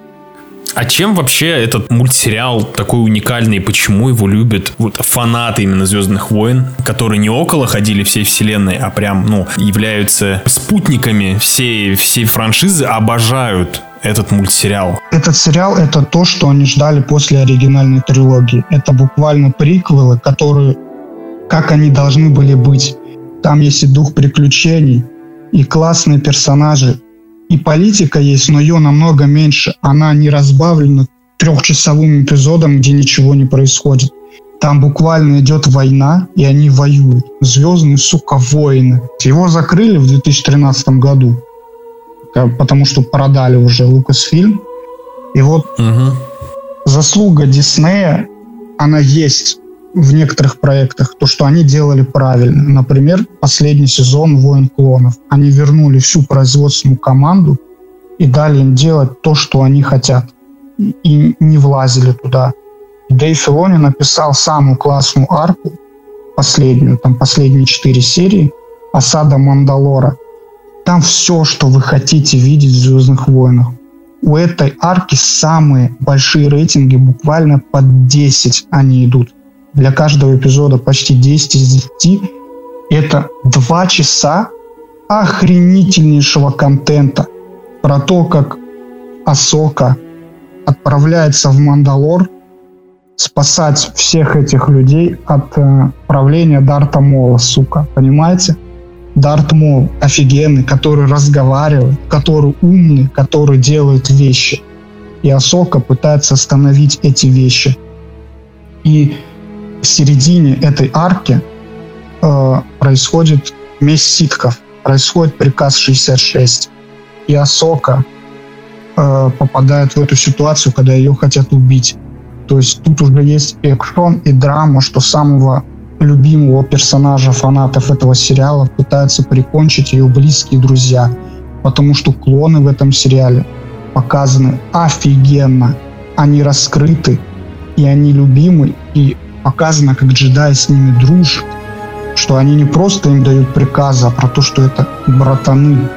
А чем вообще этот мультсериал такой уникальный? Почему его любят вот фанаты именно «Звездных войн», которые не около ходили всей вселенной, а прям, ну, являются спутниками всей, всей франшизы, обожают этот мультсериал? Этот сериал — это то, что они ждали после оригинальной трилогии. Это буквально приквелы, которые, как они должны были быть. Там есть и дух приключений, и классные персонажи. И политика есть, но ее намного меньше. Она не разбавлена трехчасовым эпизодом, где ничего не происходит. Там буквально идет война, и они воюют. Звездные, сука, войны. Его закрыли в две тысячи тринадцатом году, потому что продали уже Lucasfilm. И вот угу. заслуга Диснея, она есть в некоторых проектах, то, что они делали правильно. Например, последний сезон «Войн клонов». Они вернули всю производственную команду и дали им делать то, что они хотят. И не влазили туда. Дэйв Филони написал самую классную арку, последнюю, там последние четыре серии, «Осада Мандалора». Там все, что вы хотите видеть в «Звездных войнах». У этой арки самые большие рейтинги, буквально под десять они идут. Для каждого эпизода почти десять из десяти. Это два часа охренительнейшего контента про то, как Асока отправляется в Мандалор спасать всех этих людей от э, правления Дарта Мола, сука, понимаете? Дарт Мол офигенный, который разговаривает, который умный, который делает вещи. И Асока пытается остановить эти вещи. И в середине этой арки э, происходит месть ситхов, происходит приказ шестьдесят шесть. И Асока э, попадает в эту ситуацию, когда ее хотят убить. То есть тут уже есть и экшон, и драма, что самого любимого персонажа фанатов этого сериала пытаются прикончить ее близкие друзья. Потому что клоны в этом сериале показаны офигенно. Они раскрыты, и они любимы, и показано, как джедаи с ними дружат. Что они не просто им дают приказы, а про то, что это братаны.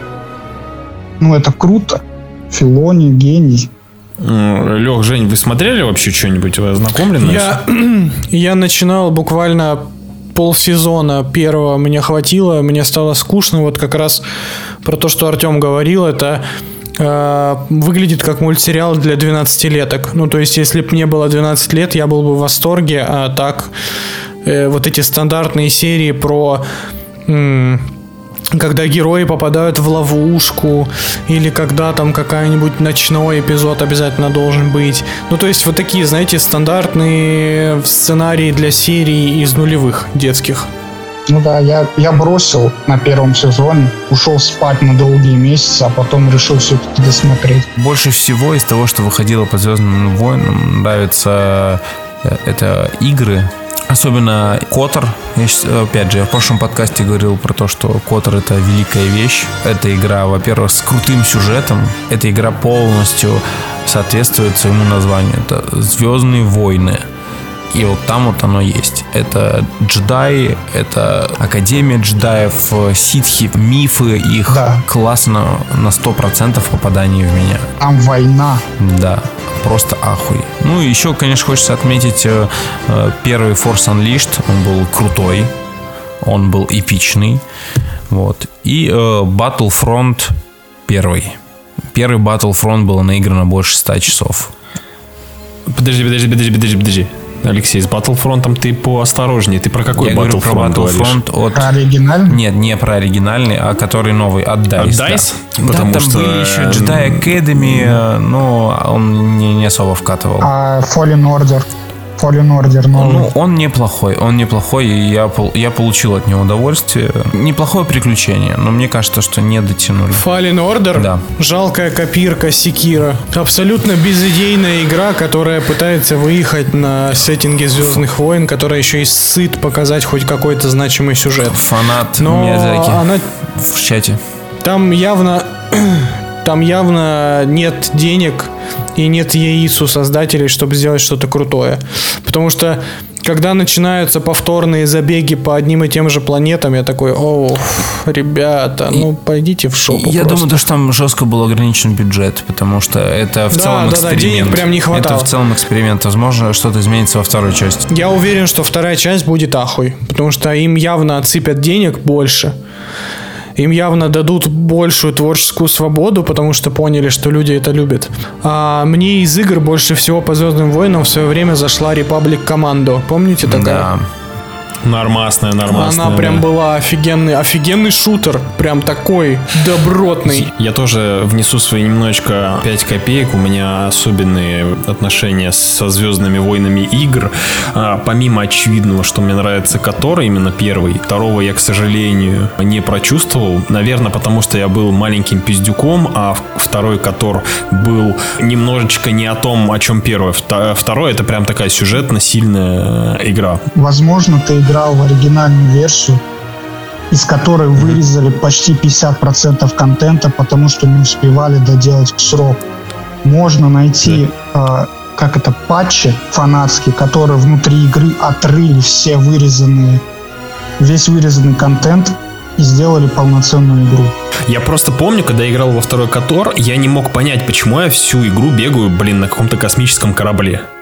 Ну, это круто. Филони, гений. Лех, Жень, вы смотрели вообще что-нибудь? Вы ознакомлены? Я, я начинал буквально полсезона первого, мне хватило, мне стало скучно. Вот как раз про то, что Артем говорил, это э, выглядит как мультсериал для двенадцатилеток. Ну, то есть, если бы мне было двенадцать лет, я был бы в восторге, а так э, вот эти стандартные серии про... М- когда герои попадают в ловушку, или когда там какой-нибудь ночной эпизод обязательно должен быть. Ну, то есть вот такие, знаете, стандартные сценарии для серий из нулевых детских. Ну да, я, я бросил на первом сезоне, ушел спать на долгие месяцы, а потом решил все-таки досмотреть. Больше всего из того, что выходило по «Звездным войнам», нравятся это игры. Особенно Котор. Я, опять же, я в прошлом подкасте говорил про то, что Котор — это великая вещь. Эта игра, во-первых, с крутым сюжетом. Эта игра полностью соответствует своему названию. Это «Звездные войны». И вот там вот оно есть. Это джедаи, это Академия джедаев, ситхи, мифы. Их да. Классно на сто процентов попадание в меня. Там война. Да. Просто ахуй. Ну и еще, конечно, хочется отметить э, первый Force Unleashed. Он был крутой. Он был эпичный. Вот. И э, Battlefront первый. Первый Battlefront было наиграно больше ста часов. Подожди, подожди, подожди, подожди, подожди. Алексей, с Battlefront ты поосторожнее. Ты про какой Я Battlefront говорю про Battlefront от... Про оригинальный? Нет, не про оригинальный, а который новый, от DICE. От DICE? Да. Потому да, там что... были еще Jedi Academy, но он не, не особо вкатывал. А Fallen Order? Fallen Order новый. Ну, он неплохой, он неплохой, и я, я получил от него удовольствие. Неплохое приключение, но мне кажется, что не дотянули. Fallen Order? Да. Жалкая копирка Секиро. Абсолютно безидейная игра, которая пытается выехать на сеттинге «Звездных войн», которая еще и сыт показать хоть какой-то значимый сюжет. Фанат но Миядзаки она... в чате. Там явно... Там явно нет денег и нет яиц у создателей, чтобы сделать что-то крутое. Потому что, когда начинаются повторные забеги по одним и тем же планетам, я такой: о, ребята, ну пойдите в шопу. Я просто. думаю, что там жестко был ограничен бюджет, потому что это в да, целом да, эксперимент. Да, денег прям не хватало. Это в целом эксперимент. Возможно, что-то изменится во второй части. Я уверен, что вторая часть будет ахуй, потому что им явно отсыпят денег больше. Им явно дадут большую творческую свободу, потому что поняли, что люди это любят. А мне из игр больше всего по «Звездным войнам» в свое время зашла Republic Commando. Помните такая? Да. Нормасная, нормасная. Она прям да. была офигенный, офигенный шутер. Прям такой добротный. Я тоже внесу свои немножечко пять копеек. У меня особенные отношения со «Звездными войнами» игр. А, помимо очевидного, что мне нравится Котор, именно первый. Второго я, к сожалению, не прочувствовал. Наверное, потому что я был маленьким пиздюком, а второй Котор был немножечко не о том, о чем первый. Второй — это прям такая сюжетно-сильная игра. Возможно, ты играл в оригинальную версию, из которой вырезали почти пятьдесят процентов контента, потому что не успевали доделать к сроку. Можно найти, э, как это, патчи фанатские, которые внутри игры отрыли все вырезанные, весь вырезанный контент и сделали полноценную игру. Я просто помню, когда я играл во второй Котор, я не мог понять, почему я всю игру бегаю, блин, на каком-то космическом корабле.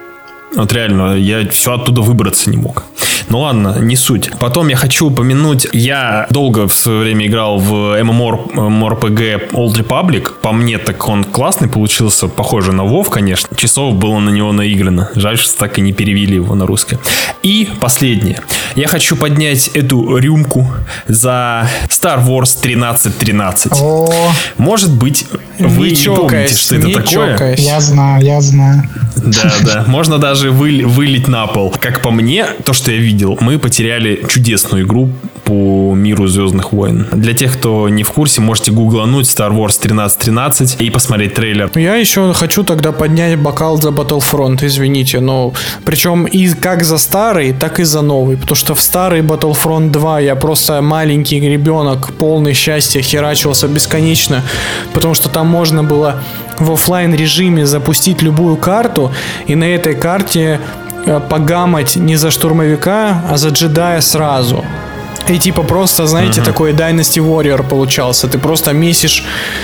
Вот реально, я все оттуда выбраться не мог. Ну ладно, не суть. Потом я хочу упомянуть, я долго в свое время играл в MMORPG Old Republic. По мне, так он классный получился, похоже на WoW, конечно. Часов было на него наиграно. Жаль, что так и не перевели его на русский. И последнее. Я хочу поднять эту рюмку за Star Wars тринадцать тринадцать. О, Может быть, вы не, Не помните, чокаясь, что это не такое? чокаясь. я знаю, я знаю. Да, да. Можно даже вы- вылить на пол. Как по мне, то, что я видел, мы потеряли чудесную игру по миру Звездных войн. Для тех, кто не в курсе, можете гуглануть Star Wars тринадцать тринадцать и посмотреть трейлер. Я еще хочу тогда поднять бокал за Battlefront, извините, но причем и как за старый, так и за новый, потому что в старый Battlefront два я просто маленький ребенок, полный счастья, херачился бесконечно, потому что там можно было в офлайн режиме запустить любую карту и на этой карте э, погамать не за штурмовика, а за джедая сразу. И типа просто, знаете, uh-huh. такой Dynasty Warrior получался. Ты просто месишь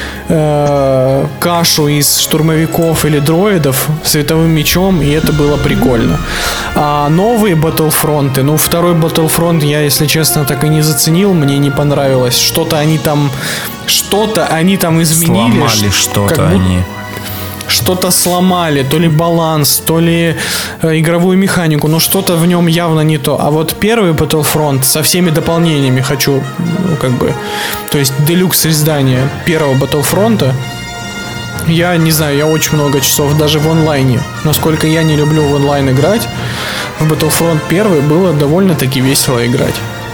э, кашу из штурмовиков или дроидов световым мечом, и это было прикольно. А новые Battlefront, ну второй Battlefront я, если честно, так и не заценил, мне не понравилось. Что-то они там, что-то они там изменили. Сломали что-то как будто... они. Что-то сломали, то ли баланс, то ли э, игровую механику, но что-то в нем явно не то. А вот первый Battlefront со всеми дополнениями хочу, ну, как бы, то есть делюкс издание первого Battlefront, я не знаю, я очень много часов даже в онлайне. Насколько я не люблю в онлайн играть, в Battlefront первый было довольно-таки весело играть.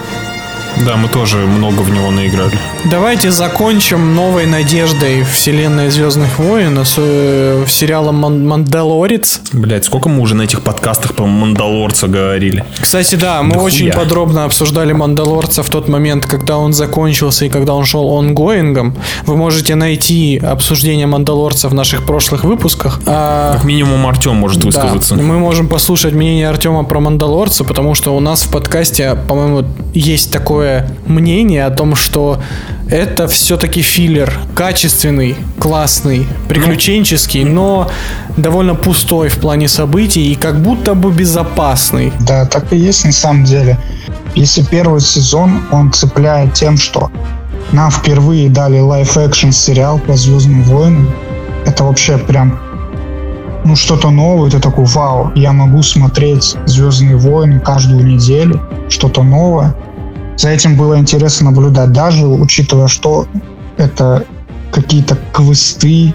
Да, мы тоже много в него наиграли. Давайте закончим новой надеждой вселенной Звездных войн с э, сериалом Ман- «Мандалорец». Блять, сколько мы уже на этих подкастах по Мандалорцу говорили. Кстати, да, мы Да очень хуя. подробно обсуждали «Мандалорца» в тот момент, когда он закончился и когда он шел онгоингом. Вы можете найти обсуждение «Мандалорца» в наших прошлых выпусках. А, Как минимум Артем может высказаться. да, мы можем послушать мнение Артема про «Мандалорца», потому что у нас в подкасте, по-моему, есть такое мнение о том, что это все-таки филлер, качественный, классный, приключенческий, но довольно пустой в плане событий и как будто бы безопасный. Да, так и есть на самом деле. Если первый сезон, он цепляет тем, что нам впервые дали лайф-экшн сериал про Звездные войны. Это вообще прям, ну, что-то новое. Ты такой, вау, я могу смотреть Звездные войны каждую неделю, что-то новое. За этим было интересно наблюдать, даже учитывая, что это какие-то квесты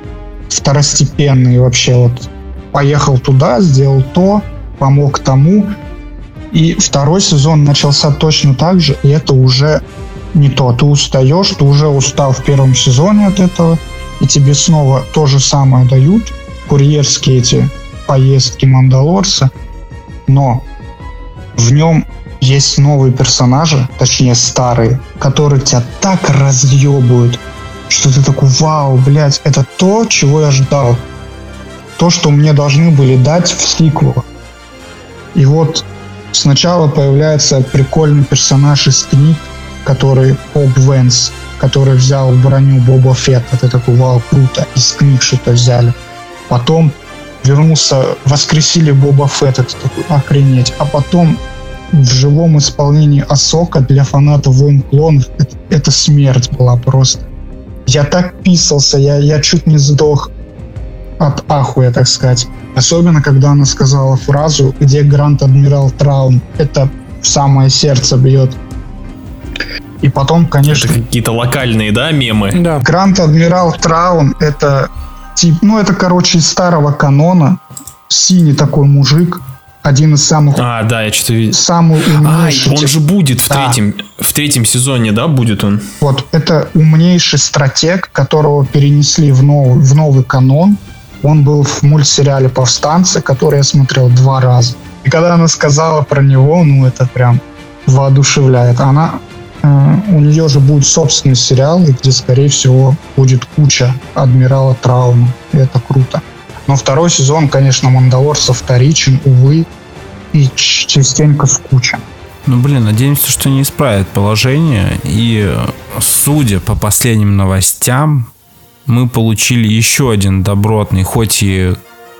второстепенные вообще. Вот поехал туда, сделал то, помог тому. И второй сезон начался точно так же, и это уже не то. Ты устаешь, ты уже устал в первом сезоне от этого, и тебе снова то же самое дают, курьерские эти поездки Мандалорца, но в нем есть новые персонажи, точнее старые, которые тебя так разъебывают, что ты такой, вау, блядь, это то, чего я ждал. То, что мне должны были дать в сиквелах. И вот сначала появляется прикольный персонаж из книг, который Поп Венс, который взял броню Боба Фетта. Ты такой, вау, круто, из книг что-то взяли. Потом вернулся, воскресили Боба Фетта, ты такой, охренеть. А потом в живом исполнении Асока для фанатов Войн Клонов это, это смерть была просто. Я так писался, я, я чуть не сдох от ахуя, так сказать. Особенно, когда она сказала фразу, где Гранд Адмирал Траун. Это в самое сердце бьет. И потом, конечно... Это какие-то локальные, да, мемы? Да. Гранд Адмирал Траун это тип, ну это, короче, из старого канона. Синий такой мужик. Один из самых... А, да, я что-то видел. Самый А, умнейший. он же будет в Да. третьем, в третьем сезоне, да, будет он? Вот, это умнейший стратег, которого перенесли в новый, в новый канон. Он был в мультсериале «Повстанцы», который я смотрел два раза. И когда она сказала про него, ну, это прям воодушевляет. Она, э, у нее же будет собственный сериал, где, скорее всего, будет куча Адмирала Трауна. И это круто. Но второй сезон, конечно, Мандалорца вторичен, увы, и ч- частенько скучен. Ну, блин, надеемся, что не исправят положение. И, судя по последним новостям, мы получили еще один добротный, хоть и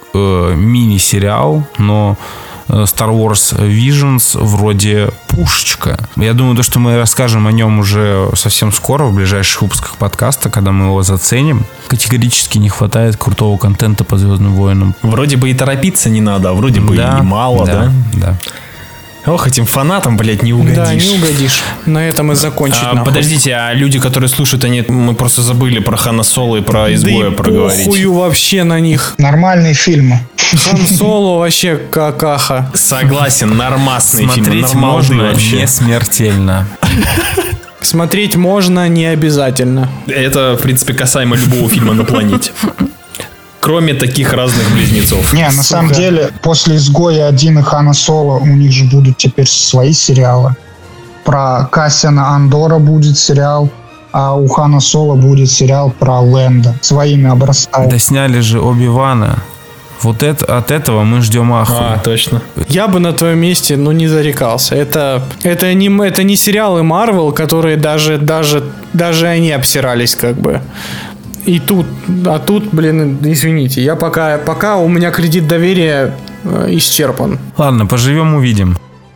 э, мини-сериал, но Star Wars Visions вроде пушечка. Я думаю, то, что мы расскажем о нем уже совсем скоро, в ближайших выпусках подкаста, когда мы его заценим. Категорически не хватает крутого контента по Звездным войнам. Вроде бы и торопиться не надо, а вроде бы да, и мало, да? Да, да. Ох, этим фанатам, блядь, не угодишь. Да, не угодишь. На этом и закончить. А, подождите, а люди, которые слушают, они, мы просто забыли про Хана Соло и про Изгоя да проговорить. Да похую вообще на них. Нормальные фильмы. Хан Соло вообще какаха. Согласен, нормасные фильмы. Смотреть можно, вообще. Не смертельно. Смотреть можно, не обязательно. Это, в принципе, касаемо любого фильма на планете. Кроме таких разных близнецов. Не, на Сука. самом деле, после «Изгоя один» и «Хана Соло» у них же будут теперь свои сериалы. Про Кассиана Андора будет сериал, а у Хана Соло будет сериал про Лэнда. Своими образцами. Да сняли же Оби-Вана. Вот это, от этого мы ждем аху. А, точно. Я бы на твоем месте, ну, не зарекался. Это, это, не, это не сериалы Marvel, которые даже, даже, даже они обсирались как бы. И тут, а тут, блин, извините, я пока, пока у меня кредит доверия э, исчерпан. Ладно, поживем, увидим.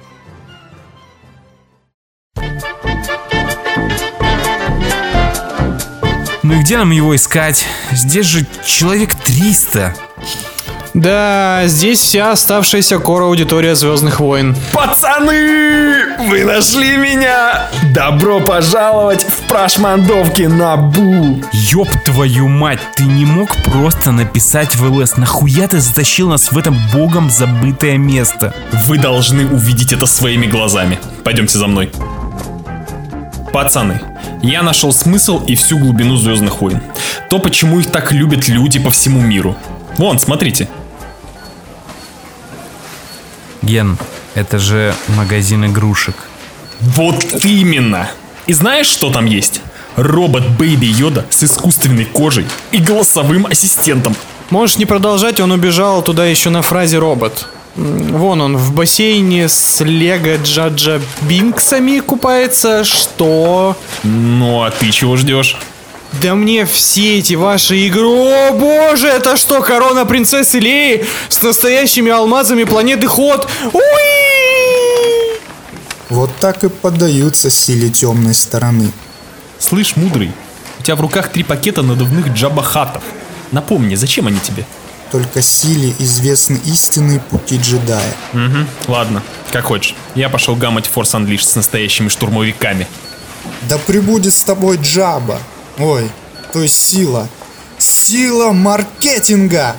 Ну и где нам его искать? Здесь же человек триста. Да, здесь вся оставшаяся кор-аудитория Звездных войн. Пацаны, вы нашли меня! Добро пожаловать в прошмандовки Набу! Ёб твою мать, ты не мог просто написать в ЛС? Нахуя ты затащил нас в это богом забытое место? Вы должны увидеть это своими глазами. Пойдемте за мной. Пацаны, я нашел смысл и всю глубину Звездных войн. То, почему их так любят люди по всему миру. Вон, смотрите. Ген, это же магазин игрушек. Вот именно. И знаешь, что там есть? Робот Бэйби Йода с искусственной кожей и голосовым ассистентом. Можешь не продолжать, он убежал туда еще на фразе «робот». Вон он в бассейне с Лего Джаджа Бинксами купается. Что? Ну, а ты чего ждешь? Да мне все эти ваши игры... О боже, это что, корона принцессы Леи с настоящими алмазами планеты Ход? Уи! Вот так и поддаются силе темной стороны. Слышь, мудрый, у тебя в руках три пакета надувных джабахатов. Напомни, зачем они тебе? Только силе известны истинные пути джедая. Угу, ладно, как хочешь. Я пошел гамать Force Unleashed с настоящими штурмовиками. Да пребудет с тобой Джаба. Ой, то есть сила. Сила маркетинга!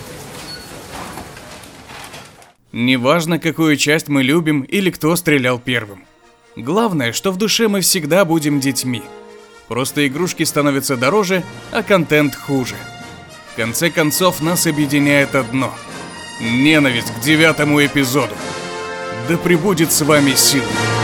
Неважно, какую часть мы любим или кто стрелял первым. Главное, что в душе мы всегда будем детьми. Просто игрушки становятся дороже, а контент хуже. В конце концов, нас объединяет одно – ненависть к девятому эпизоду. Да пребудет с вами сила.